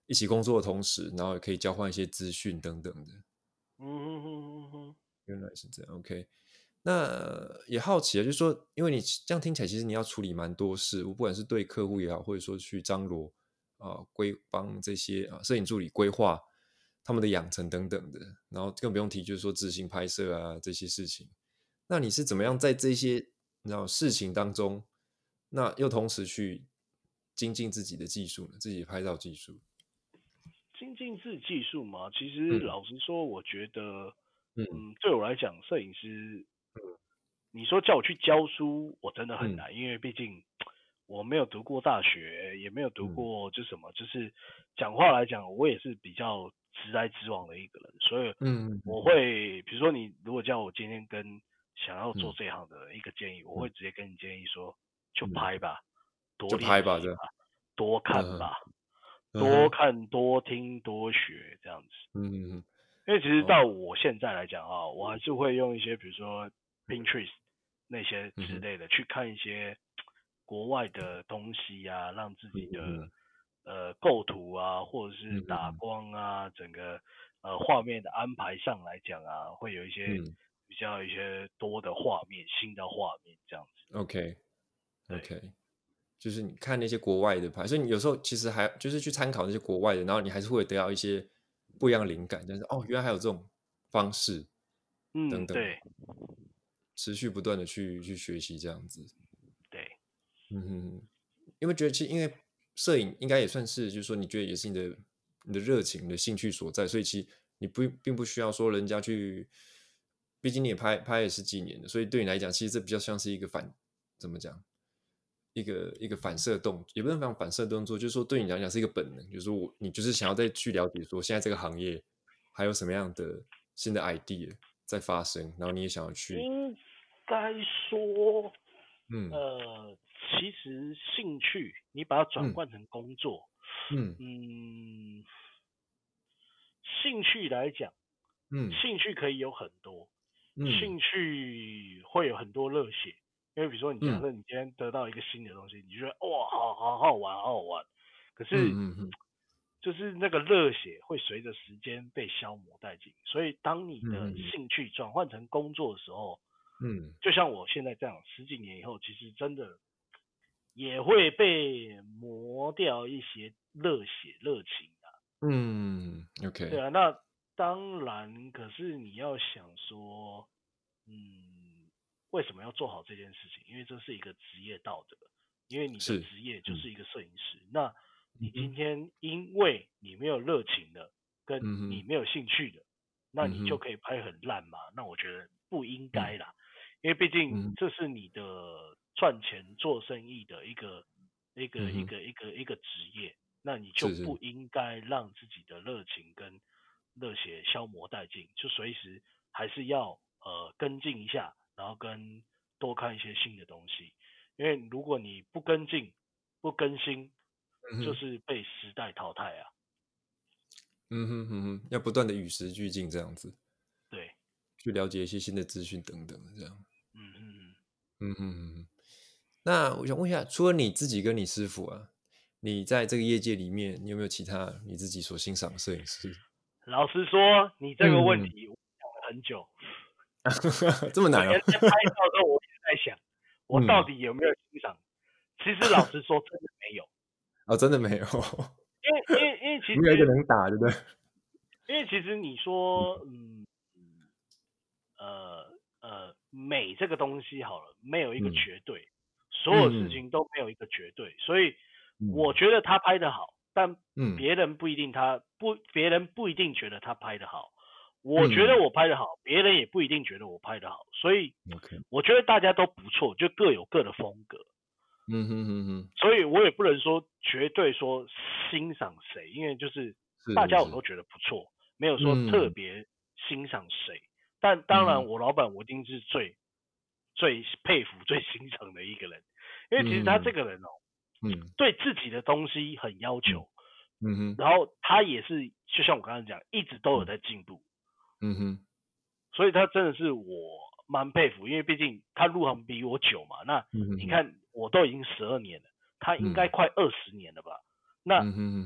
一起工作的同时，然后也可以交换一些资讯等等的。 嗯哼哼哼哼， 原来是这样，OK。那也好奇啊，就是说，因为你这样听起来，其实你要处理蛮多事，不管是对客户也好，或者说去张罗啊，规帮这些啊摄影助理规划他们的养成等等的，然后更不用提就是说执行拍摄啊这些事情。那你是怎么样在这些你知道事情当中，那又同时去精进自己的技术呢？自己的拍照技术？ 精进自技术嘛，其实嗯老实说，我觉得， 嗯嗯，对我来讲，摄影师，你说叫我去教书，我真的很嗯难，因为毕竟我没有读过大学，也没有读嗯过就什么，就是讲话来讲，我也是比较直来直往的一个人，所以嗯嗯我会，比如说你如果叫我今天跟想要做嗯这一行的人一个建议，我会嗯直接跟你建议说，就嗯， 拍吧，多就拍吧， 练习这样。 吧，多看嗯哼吧，多嗯哼看多听多学这样子。 嗯嗯嗯， 因为其实哦， 到我现在来讲啊，我还是会用一些比如说 Pinterest 那些嗯哼之类的去看一些国外的东西啊，让自嗯己的嗯呃构图啊，或者是打嗯嗯光啊，整个呃画面的安排上来讲啊，会有一些嗯比较一些多的画面，新的画面这样子。 ，OK 对， OK。就是你看那些国外的牌，所以你有时候其实还就是去参考那些国外的，然后你还是会得到一些不一样的灵感，就是哦，原来还有这种方式等嗯， 等的， 对持续不断的去去学习这样子。 对， 嗯哼哼，因为觉得其实因为摄影应该也算是，就是说你觉得也是你的你的热情、你的兴趣所在，所以其实你不并不需要说人家去，毕竟你也拍拍了十几年了，所以对你来讲，其实这比较像是一个反怎么讲，一个一个反射动，也不能讲反射动作，就是说对你来讲是一个本能，就是说我你就是想要再去了解说现在这个行业还有什么样的新的 idea 在发生，然后你也想要去， 应该说嗯呃，其实兴趣你把它转嗯换成工作， 嗯嗯，兴趣来讲， 嗯兴趣可以有很多， 嗯兴趣会有很多热血，因为比如说你假嗯设你今天得到一个新的东西，你就觉得哇，好好好玩，好好玩，可是嗯嗯嗯就是那个热血会随着时间被消磨殆尽，所以当你的嗯嗯兴趣转换成工作的时候， 嗯就像我现在这样，十几年以后，其实真的也会被磨掉一些热血热情啊。 嗯，OK， 对啊，那当然，可是你要想说，嗯，为什么要做好这件事情？因为这是一个职业道德，因为你的是， 职业就嗯是一个摄影师。那你嗯哼今天因为你没有热情的，跟嗯哼你没有兴趣的，那你就嗯哼可以拍很烂嘛？那我觉得不应嗯该啦，因为毕竟嗯哼这是你的赚钱做生意的一个一个一嗯哼， 个一个一个职业。那你就是是， 不应该让自己的热情跟热血消磨殆尽，就随时还是要呃跟进一下，然后跟多看一些新的东西。因为如果你不跟进、不更新， 嗯哼就是被时代淘汰啊。 嗯哼嗯哼，要不断的与时俱进这样子， 对， 去了解一些新的资讯等等这样。 嗯嗯嗯哼嗯哼，那我想问一下，除了你自己跟你师傅啊，你在这个业界里面，你有没有其他你自己所欣赏的摄影师？ 嗯。老实说，你这个问嗯， 题我想了很久。 这么难哦。 我连在拍照的时候，我一直在想，我到嗯， 底有没有欣赏？其实老实说，真的没有。 哦，真的没有， 因为因为因为其没有一个实能打，对不对？ 因为其实你说，嗯嗯呃呃，美这个东西好了，没有一个嗯绝对，所有事嗯情都没有一个绝对，所以我嗯觉得他拍的好，但嗯别人不一定他不，别人不一定觉得他拍的好，我觉得嗯我拍的好，别人也不一定觉得我拍的好，所以 ，OK， 我觉得大家都不错，就各有各的风格， 嗯哼哼哼， 所以我也不能说绝对说欣赏谁，因为就是大是是是， 家我都觉得不错，没有说特嗯别欣赏谁。但当然， 嗯哼我老板我一定是最最佩服、最欣赏的一个人，因为其实他这嗯个人哦， 嗯对自己的东西很要嗯求， 嗯哼然后他也是就像我刚才讲，一直都有在进步， 嗯哼所以他真的是我蛮佩服，因为毕竟他入行比我久嘛。那嗯哼你看，我都已经十二年了，他应该嗯快二十年了吧？那嗯哼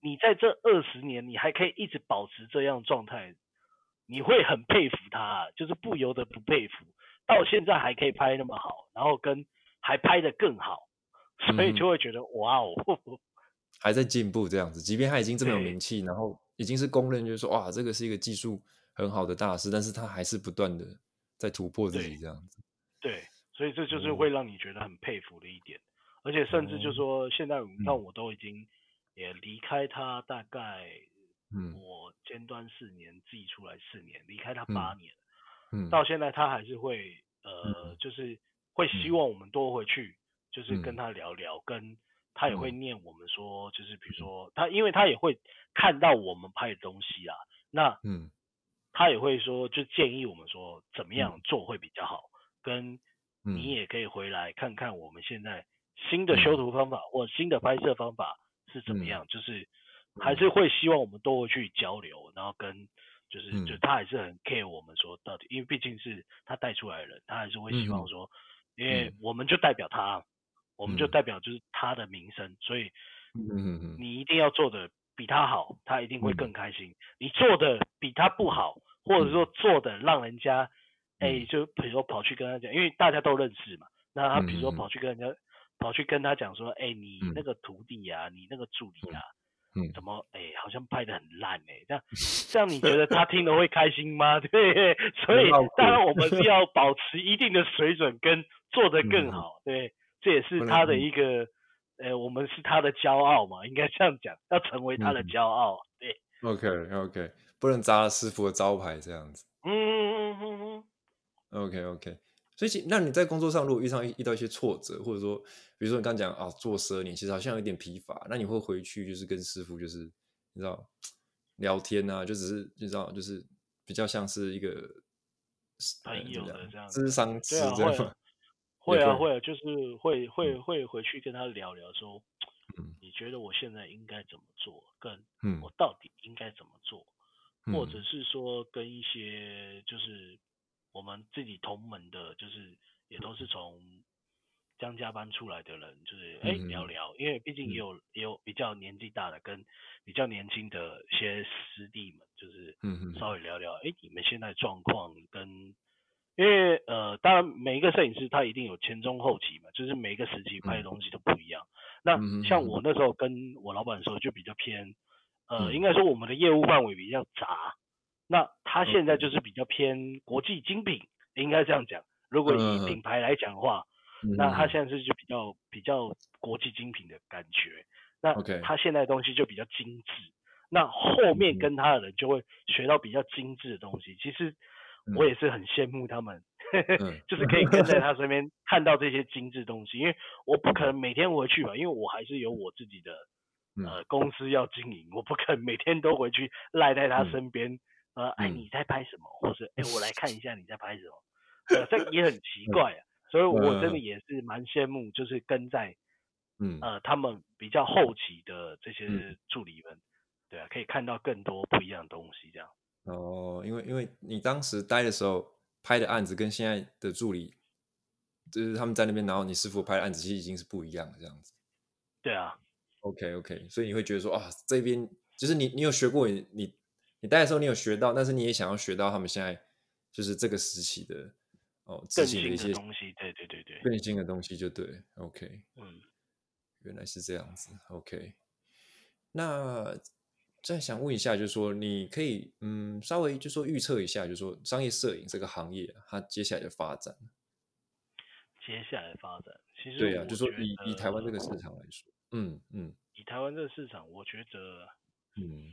你在这二十年，你还可以一直保持这样状态，你会很佩服他，就是不由得不佩服。到现在还可以拍那么好，然后跟还拍得更好，所以就会觉得、嗯、哇哦， 还在进步这样子。即便他已经这么有名气，然后已经是公认，就是说哇，这个是一个技术很好的大师，但是他还是不断的在突破自己这样子。 对，对，所以这就是会让你觉得很佩服的一点。而且甚至就说，现在你看我都已经也离开他大概，嗯，我尖端四年，自己出来四年，离开他八年，嗯，到现在他还是会呃、嗯，就是会希望我们多回去，就是跟他聊聊，跟他也会念我们说，就是比如说他，因为他也会看到我们拍的东西啊，那嗯，他也会说，就建议我们说怎么样做会比较好，跟你也可以回来看看我们现在新的修图方法或新的拍摄方法是怎么样，就是还是会希望我们多回去交流，然后跟就是就他还是很 care 我们说到底，因为毕竟是他带出来的人，他还是会希望说，因为我们就代表他，我们就代表就是他的名声，所以你一定要做的比他好，他一定会更开心。你做的比他不好，或者说做的让人家哎、欸，就比如说跑去跟他讲，因为大家都认识嘛，那他比如说跑去跟人家跑去跟他讲说，哎、欸，你那个徒弟啊，你那个助理啊，嗯，怎么哎、欸，好像拍得很烂哎、欸，这样这样你觉得他听了会开心吗？对，所以当然我们是要保持一定的水准，跟做得更好，对，这也是他的一个，呃，我们是他的骄傲嘛，应该这样讲，要成为他的骄傲，对。 OK OK， 不能砸了师傅的招牌这样子。 嗯嗯嗯嗯。 OK OK。所以，那你在工作上如果遇上遇到一些挫折，或者说，比如说你刚讲啊，做十二年，其实好像有点疲乏，那你会回去就是跟师傅就是你知道聊天啊，就只是你知道就是比较像是一个朋友的这样子，咨商师这样吗？ 会啊会啊，就是会会会回去跟他聊聊说，嗯，你觉得我现在应该怎么做，跟我到底应该怎么做，嗯、或者是说跟一些就是我们自己同门的，就是也都是从江家班出来的人，就是哎、欸、聊聊，因为毕竟也有、嗯、也有比较年纪大的跟比较年轻的一些师弟们，就是稍微聊聊，哎、欸，你们现在状况跟。因为呃，当然每一个摄影师他一定有前中后期嘛，就是每一个时期拍的东西都不一样。嗯、那像我那时候跟我老板的时候就比较偏，呃，嗯、应该说我们的业务范围比较杂。那他现在就是比较偏国际精品，应该这样讲。如果以品牌来讲的话，嗯、那他现在是就比较比较国际精品的感觉。那他现在的东西就比较精致。那后面跟他的人就会学到比较精致的东西。其实。我也是很羡慕他们，嗯、就是可以跟在他身边看到这些精致东西，因为我不可能每天回去吧，因为我还是有我自己的呃公司要经营，我不可能每天都回去赖在他身边，呃，哎你在拍什么，或者哎我来看一下你在拍什么，呃，这也很奇怪啊，所以我真的也是蛮羡慕，就是跟在嗯呃他们比较后期的这些助理们，对啊，可以看到更多不一样的东西这样。 哦，因为因为你当时待的时候拍的案子跟现在的助理，就是他们在那边，然后你师傅拍的案子其实已经是不一样的这样子。 对啊。 OK OK，所以你会觉得说啊，这边就是你你有学过，你你你待的时候你有学到，但是你也想要学到他们现在就是这个时期的哦执行的一些东西，对对对对， 更新的东西就对。OK，嗯，原来是这样子。OK， 那。再想问一下，就是说，你可以嗯稍微就说预测一下，就是说商业摄影这个行业、啊、它接下来的发展。 接下来的发展，其实对啊，就说以以台湾这个市场来说，嗯嗯， 以台湾这个市场，我觉得，嗯，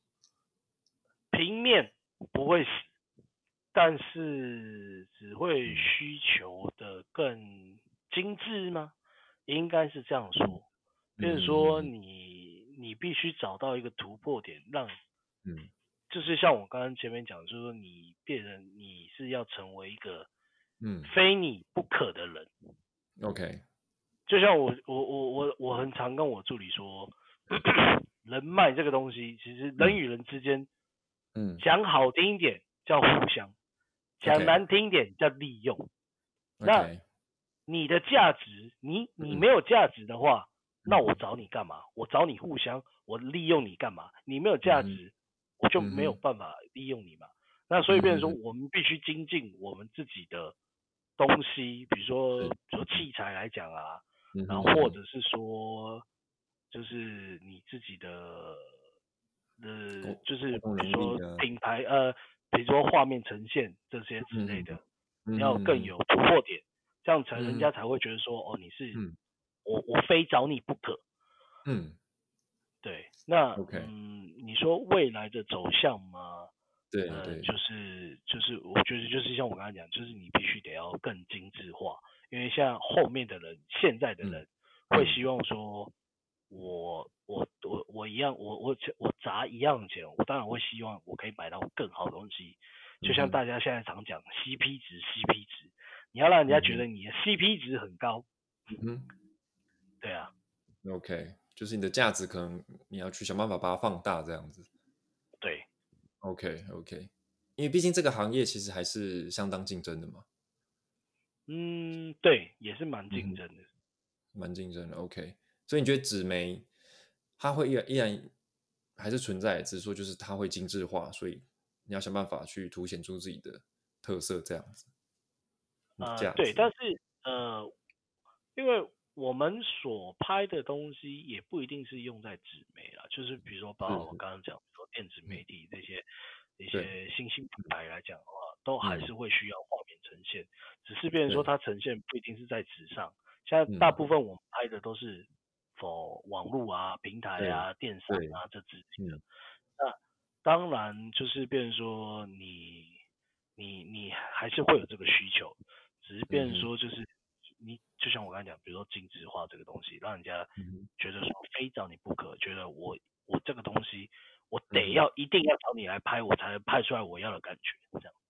平面不会死，但是只会需求的更精致吗？应该是这样说，就是说你。你必须找到一个突破点，让，嗯，就是像我刚刚前面讲，就是说你变成你是要成为一个，嗯，非你不可的人。 OK， 就像我我我我我很常跟我助理说，人脉这个东西，其实人与人之间，嗯，讲好听一点叫互相，讲难听一点叫利用。 Okay. 那你的价值，你你没有价值的话。那我找你干嘛？我找你互相， 我利用你干嘛？你没有价值， 嗯我就没有嗯办法利用你嘛。那所以变成说， 嗯我们必须精进我们自己的东西，比如说， 是比如说器材来讲啊， 嗯然后哼哼或者是说，就是你自己的，呃， 沟就是沟通比如说能力啊， 品牌，呃，比如说画面呈现这些之类的， 嗯哼嗯你要哼哼更有突破点，这样才人嗯家才会觉得说，哦，你是嗯我我非找你不可。 嗯对，那 ，OK， 嗯，你说未来的走向吗？呃， 对对， 就是就是，我觉得就是像我刚才讲，就是你必须得要更精致化，因为像后面的人，现在的嗯人会嗯希望说，我我我我一样，我我我砸一样钱，我当然会希望我可以买到更好的东西，就嗯哼像大家现在常讲 C P 值，C P 值，你要让人家嗯哼觉得你的 C P 值很高， 嗯哼对啊， ，OK，就是你的价值可能你要去想办法把它放大这样子。 对， OK OK，因为毕竟这个行业其实还是相当竞争的嘛。 嗯，对，也是蛮嗯哼， 竞争的。 蛮竞争的。OK，所以你觉得纸媒它会依然依然还是存在，只是说就是它会精致化，所以你要想办法去凸显出自己的特色，这样子，你的呃，对， 价值。 但是呃，因为我们所拍的东西也不一定是用在纸媒啦，就是比如说包括我是是， 刚刚讲说电子嗯， 媒体这些一对， 些新兴品牌来讲的话，都还嗯， 是会需要画面呈现，只是变成说对， 它呈现不一定是在纸上，现在大嗯， 部分我们拍的都是否网络啊、平台对， 啊、电商对， 啊这之类的。 嗯， 那当然就是变成说你你你还是会有这个需求，只是变成嗯哼， 说就是你就像我刚才讲，比如说精致化这个东西，让人家嗯哼， 觉得说非找你不可，觉得我我这个东西我嗯哼得要一定要找你来拍，我才能拍出来我要的感觉，这样。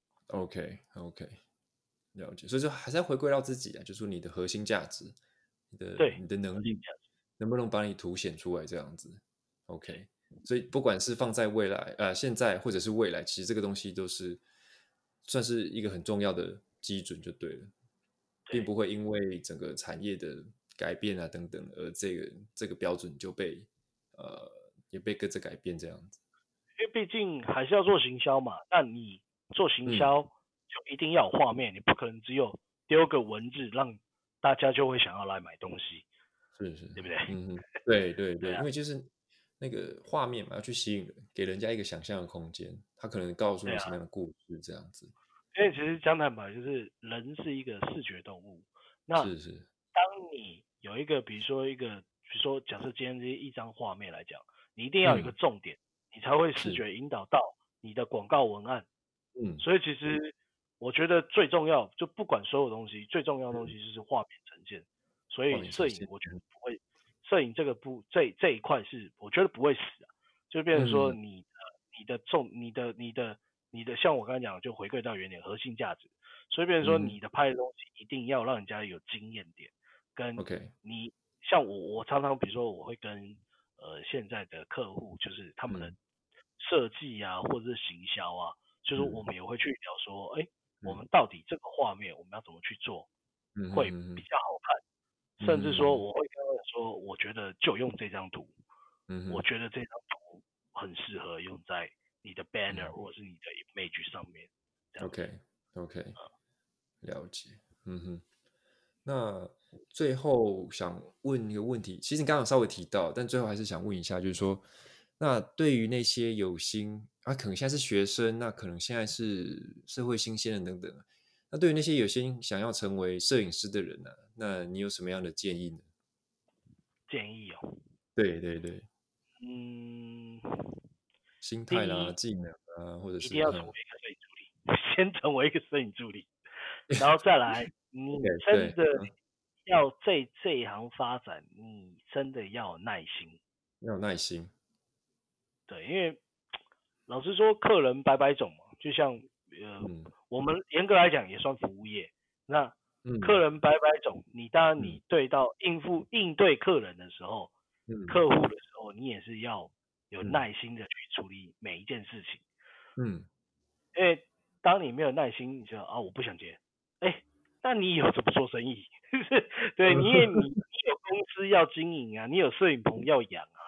，OK OK，了解。所以说还是要回归到自己啊，就是说你的核心价值，你的对， 你的能力核心价值。 能不能把你凸显出来，这样子。 对 OK，所以不管是放在未来，呃，现在或者是未来，其实这个东西都是算是一个很重要的基准，就对了，并对， 不会因为整个产业的改变啊等等，而这个这个标准就被呃也被跟着改变这样子。 因为毕竟还是要做行销嘛，那你做行嗯， 销就一定要有画面，你不可能只有丢个文字让大家就会想要来买东西， 是是， 对不对？ 嗯哼，对对对， 对啊， 因为就是那个画面嘛，要去吸引人，给人家一个想象的空间，他可能告诉对啊。 你什么样的故事这样子。 因为其实讲坦白，就是人是一个视觉动物。那是是， 当你有一个，比如说一个，比如说假设今天这一张画面来讲，你一定要有一个嗯， 重点，你才会视是， 觉引导到你的广告文案。 嗯所以其实我觉得最重要，就不管所有东西，最重要的东嗯， 西就是画面呈现。所画以摄影， 面呈现， 我觉得嗯不会，摄影这个部这这一块是我觉得不会死啊，就变成说嗯你的你的重你的你的你的，像我刚才讲的，就回归到原点核心价值。所以变成说嗯哼你的拍的东西一定要让人家有经验点，跟 ，OK， 你像我我常常比如说我会跟呃现在的客户就是他们的嗯设计啊或者是行销啊，就是我嗯们也会去聊说，哎，我嗯们到底这个画面我们要怎么去做嗯会比嗯嗯较好看，甚至说嗯我会跟他们说，我觉得就用这张图，我嗯觉得这张图很适合用在你的 banner 嗯或者是你的 image 上面，这样子。 ，OK OK，了解，嗯哼。那最后想问一个问题，其实你刚刚有稍微提到，但最后还是想问一下，就是说，那对于那些有心啊，可能现在是学生，那可能现在是社会新鲜人等等，那对于那些有心想要成为摄影师的人呢、那你有什么样的建议呢？ 建议哦， 对对对， 嗯， 心第态啦、 一技能啊，或者一定要成为是嗯一个摄影助理，先成为一个摄影助理，然后再来， ，OK， 你真对， 的嗯， 要这这一行发展，你真的要有耐心。 要有耐心， 对，因为老实说，客人百百种嘛，就像呃， 嗯我们严格来讲也算服务业。那客嗯人百百种，你当然嗯你对到应付应对客人的时候， 嗯客户的时候，你也是要有嗯耐心的去处理每一件事情。 嗯因为当你没有耐心，你就啊我不想接，哎，那你以后怎么做生意？对，你也你你有公司要经营啊，你有摄影棚要养啊，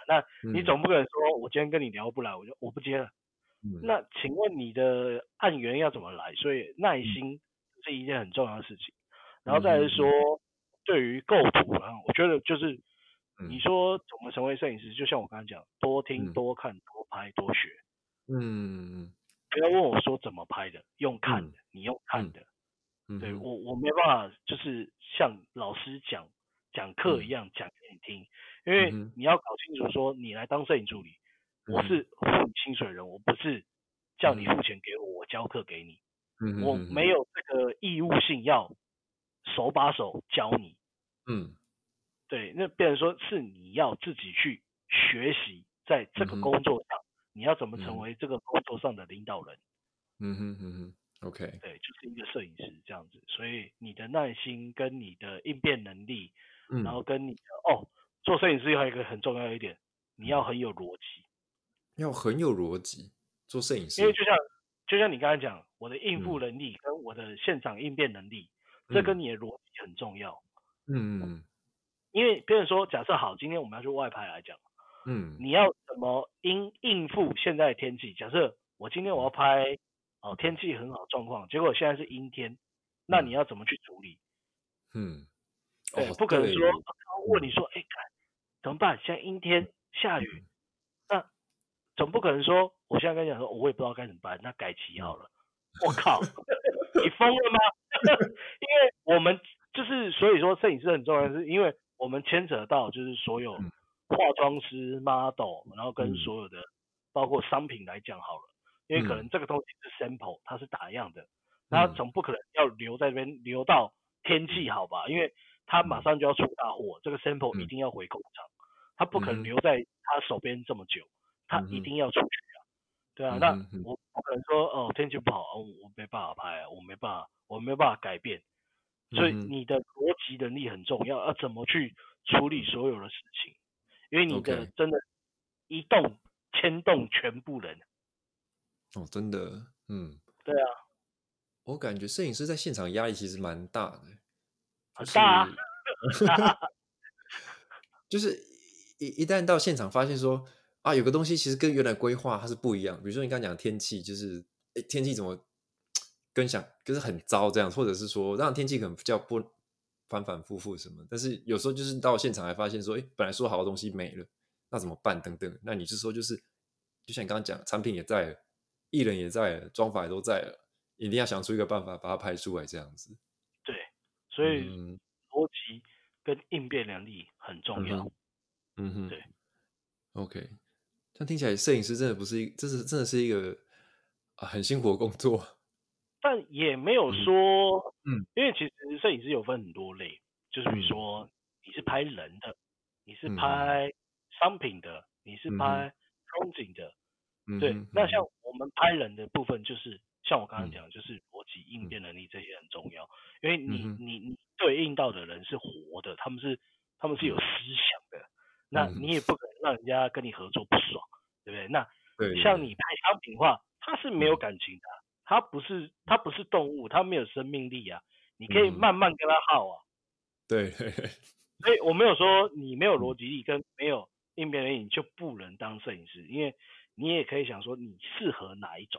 那你嗯总不可能说我今天跟你聊不来，我就我不接了。 嗯那请问你的案源要怎么来？所以耐嗯心是一件很重要的事情。然后嗯再来是说， 嗯对于构图啊，我觉得就是你嗯说怎么成为摄影师，就像我刚才讲，多听、 嗯多看、多拍、多学。 嗯不要问我说怎么拍的，用看嗯的，你用看嗯的。对， 嗯我我没办法，就是像老师讲讲课一嗯样讲给你听，因为嗯你要搞清楚说你来当摄影助理，我嗯是付你薪水的人，我不是叫你嗯付钱给我，我教课给你，我没嗯有这个义务性要手把手教你。 嗯对，那变成说是你要自己去学习，在这个嗯工作上，你要怎么成嗯为这个工作上的领导人。 嗯哼嗯哼，OK， 对，就是一个摄影师这样子，所以你的耐心跟你的应变能力，然嗯后跟你的哦，做摄影师还有一个很重要的一点，你要很有逻辑， 要很有逻辑，做摄影师， 因为就像就像你刚才讲，我的应付嗯能力跟我的现场应变能力，这嗯跟你的逻辑很重要。 嗯因为别人说，假设好，今天我们要去外拍来讲， 嗯你要怎么应应付现在的天气？假设我今天我要拍哦天气很好的状况，结果现在是阴天，那你嗯要怎么去处理？ 嗯， 对， 哦， 不可能说对， 他问你说，哎，看怎么办？现在阴天下雨，那总不可能说我现在跟你讲说，我也不知道该怎么办，那改期好了。我靠，你疯了吗？因为我们就是所以说摄影师很重要，是因为我们牵扯到就是所有嗯化妆师、model，然后跟嗯所有的包括商品来讲好了，因为可能嗯这个东西是 sample，它是打样的，那嗯总不可能要留在这边留到天气好吧？因为他马上就要出大货，这个 sample 一嗯定要回工厂，他不可能嗯哼留在他手边这么久，他嗯哼一定要出去啊。对啊，那嗯哼嗯我不可能说哦天气不好，哦我没办法拍啊，我没办法，我没办法改变。所以嗯哼你的逻辑能力很重要，要怎么去处理所有的事情，因为你的 ，OK， 真的，一动牵动全部人。 哦，真的，嗯， 对啊， 我感觉摄影师在现场压力其实蛮大的，就很大啊， 是很大啊。 就是一一旦到现场发现说啊，有个东西其实跟原来规划它是不一样，比如说你刚刚讲天气，就是诶天气怎么跟想就是很糟这样，或者是说让天气可能比较不反反复复什么，但是有时候就是到现场才发现说，哎，本来说好的东西没了，那怎么办？等等，那你是说就是就像你刚刚讲，产品也在了，艺人也在了，妆法也都在了，一定要想出一个办法把它拍出来这样子。 对，所以嗯逻辑跟应变能力很重要。 嗯哼嗯哼对， ，OK。这样听起来，摄影师真的不是一，这是真的是一个啊很辛苦的工作。 但也没有嗯说， 嗯因为其实摄影师有分很多类，就是比如嗯说你是拍人的，你是嗯拍商品的，你是嗯哼拍风景的。 嗯对，那像哼嗯哼我们拍人的部分，就是像我刚刚嗯讲的，就是逻辑应嗯变能力这些很重要，因为你嗯哼你你对应到的人是活的，他们是他们是有嗯思想的，那嗯哼， 你也不可能让人家跟你合作不爽，对不对？那对对对， 像你拍商品的话，它是没有嗯感情的啊，它不是它不是动物，它没有生命力啊，你可以嗯哼， 慢慢跟它耗啊。 对对对， 所以我没有说你没有逻嗯辑力跟没有应变能力你就不能当摄影师，因为你也可以想说你适合哪一种。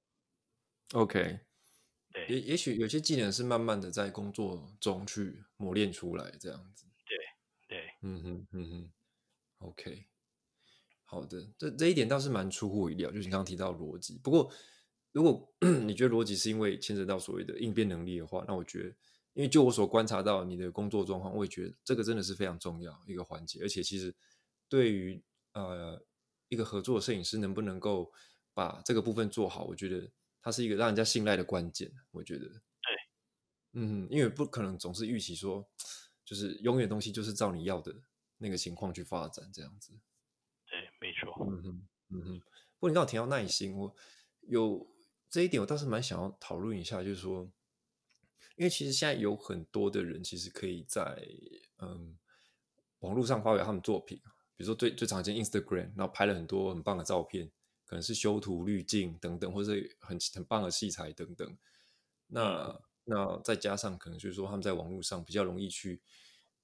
，OK。 对也也许有些技能是慢慢的在工作中去磨练出来，这样子。 对对， 嗯哼嗯哼，OK。好的，这这一点倒是蛮出乎我意料，就是你刚刚提到逻辑。不过，如果你觉得逻辑是因为牵扯到所谓的应变能力的话，那我觉得，因为就我所观察到你的工作状况，我也觉得这个真的是非常重要一个环节。而且，其实对于呃一个合作的摄影师能不能够把这个部分做好，我觉得它是一个让人家信赖的关键。我觉得， 对嗯，因为不可能总是预期说，就是永远东西就是照你要的那个情况去发展，这样子。 对，没错。 嗯哼，嗯哼。不过你刚好提到耐心，我有这一点，我倒是蛮想要讨论一下，就是说，因为其实现在有很多的人，其实可以在嗯网络上发表他们作品，比如说最最常见 Instagram，然后拍了很多很棒的照片，可能是修图、滤镜等等，或者是很很棒的器材等等。那那再加上可能就是说他们在网络上比较容易去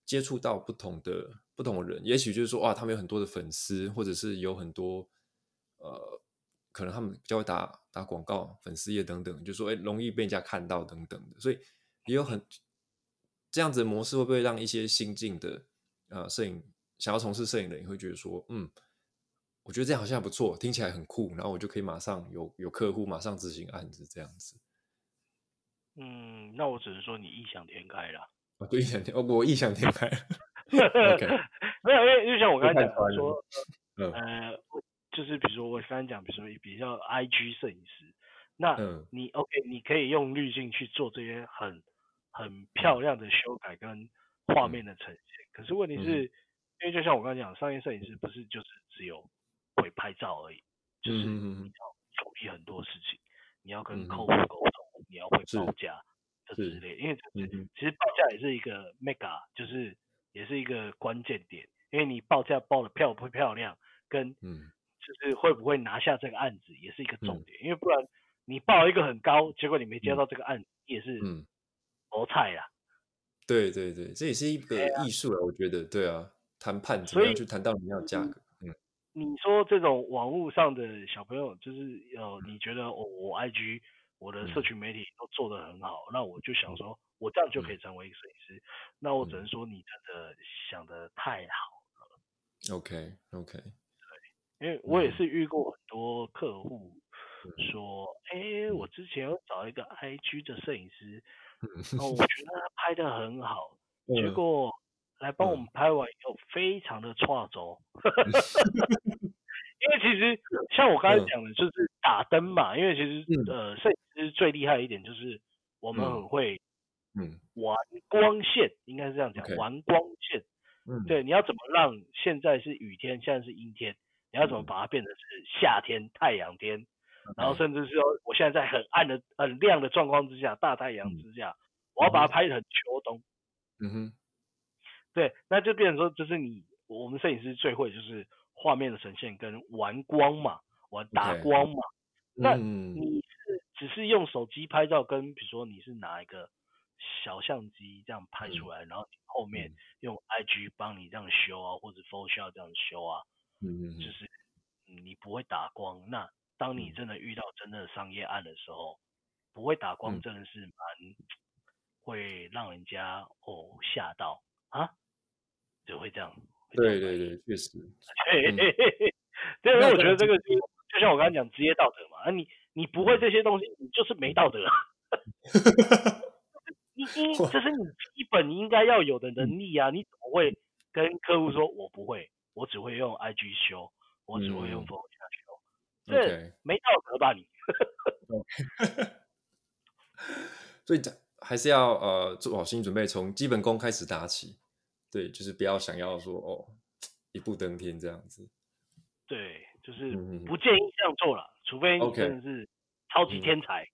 接触到不同的不同的人，也许就是说哇，他们有很多的粉丝，或者是有很多呃，可能他们比较会打打广告、粉丝页等等，就说哎，容易被人家看到等等的，所以也有很这样子的模式，会不会让一些新进的呃摄影想要从事摄影的人会觉得说，嗯，我觉得这样好像不错，听起来很酷，然后我就可以马上有有客户，马上执行案子这样子。 嗯，那我只能说你异想天开啦。 我对异想天，我异想天开。OK， 没有，因为就像我刚才讲的说， 嗯呃，就是比如说我刚才讲，比如说比较 I G 摄影师，那嗯你 OK，你可以用滤镜去做这些很很漂亮的修改跟画面的呈现。可是问题是， 嗯因为就像我刚才讲，商业摄影师不是就是只有会拍照而已，就是嗯嗯你要处理很多事情，你要跟嗯客户沟通，你要会是报价这之是类的，因为这嗯哼其实报价也是一个 mega，就是也是一个关键点，因为你报价报的漂不漂亮，跟嗯就是会不会拿下这个案子也是一个重嗯点，因为不然你报一个很高，结果你没接到这个案子，也是嗯， 谋菜啦。 对对对，这也是一个艺术啊，我觉得对啊，谈判怎么所以样去谈到你要的价格，嗯你说这种网络上的小朋友，就是呃，你觉得我、哦、我 I G 我的社嗯群媒体都做得很好，那我就想说，我这样就可以成为一个摄影师，那我只能说你真的想得太好， ，OK OK， 因为我也嗯是遇过很多客户嗯说，哎，我之前有找一个 I G 的摄影师， 嗯哦，我觉得他拍得很好，结嗯果来帮我们嗯拍完以后，非常的差轴。因为其实像我刚才嗯讲的，就是打灯嘛。因为其实嗯呃，摄影师最厉害的一点就是我们嗯很会嗯玩光线，应该是这样讲， ，OK， 玩光线。 嗯对，你要怎么让现在是雨天，现在是阴天，你要怎么把它变成是夏天、太阳天，然后 ，OK， 甚至是说我现在在很暗的、很亮的状况之下，大太阳嗯之下，我要把它拍成秋冬。 嗯哼对，那就变成说，就是你我们摄影师最会就是画面的呈现跟玩光嘛，玩打 ，OK， 光嘛。那嗯你是只是用手机拍照，跟比如说你是拿一个小相机这样拍出来，然后你后面嗯用 I G 帮你这样修啊，或者 Photoshop 这样修啊， 嗯嗯就是嗯你不会打光。那当你嗯真的遇到真的商业案的时候，不会打光嗯真的是蛮会让人家哦吓到啊。就会这样，会这样反应。 对对对，确实， 对， 嗯， 对，因为我那这样子觉得这个就就像我刚才讲职业道德嘛，啊你你不会这些东西，你就是没道德啊。你你这是你基本应该要有的能力啊，你怎么会跟客户说我不会，我只会用 I G 修，我只会用嗯 Photoshop 修，这 ，OK， 没道德吧你？ 所以这还是要呃做好心理准备，从基本功开始打起。对，就是不要想要说哦一步登天这样子。 对，就是嗯嗯不建议这样做了，除非你 ，OK， 真的是超级嗯天才。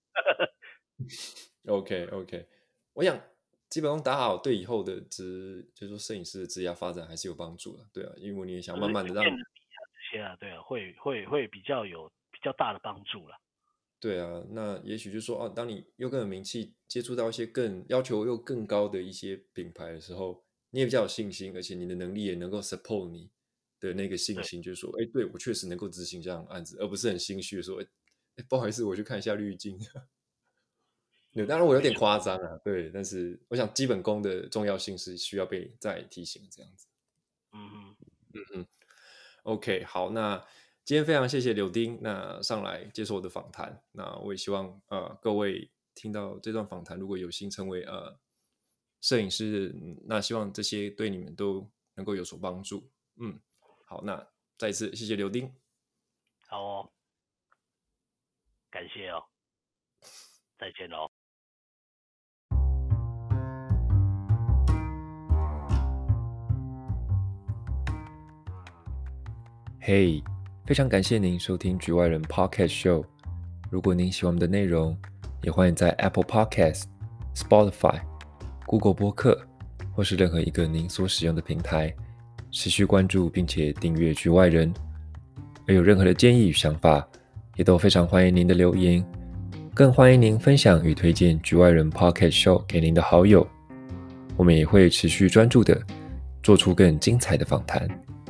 ，OK OK，我想基本功打好，对以后的职，就是说摄影师的职业发展还是有帮助的。对啊，因为你也想就是慢慢的让， 硬件能力啊这些啊，对啊，会会会比较有比较大的帮助啦。 对啊，那也许就说哦，当你又更有名气，接触到一些更要求又更高的一些品牌的时候，你也比较有信心，而且你的能力也能够 support 你的那个信对， 心，就是说，哎，对我确实能够执行这样的案子，而不是很心虚的说，哎，哎不好意思，我去看一下滤镜。对，当然我有点没错。 夸张啊，对，但是我想基本功的重要性是需要被再提醒这样子。 嗯哼， 嗯嗯，OK，好，那今天非常谢谢柳丁那上来接受我的访谈，那我也希望呃各位听到这段访谈，如果有心成为呃摄影师，嗯那希望这些对你们都能够有所帮助。嗯，好，那再一次谢谢柳丁， 好哦，感谢哦，再见喽。 嘿，非常感谢您收听局外人 Podcast Show。如果您喜欢我们的内容，也欢迎在 Apple Podcast、Spotify、Google 播客或是任何一个您所使用的平台持续关注并且订阅局外人。而有任何的建议与想法，也都非常欢迎您的留言，更欢迎您分享与推荐局外人 Podcast Show 给您的好友。我们也会持续专注的做出更精彩的访谈。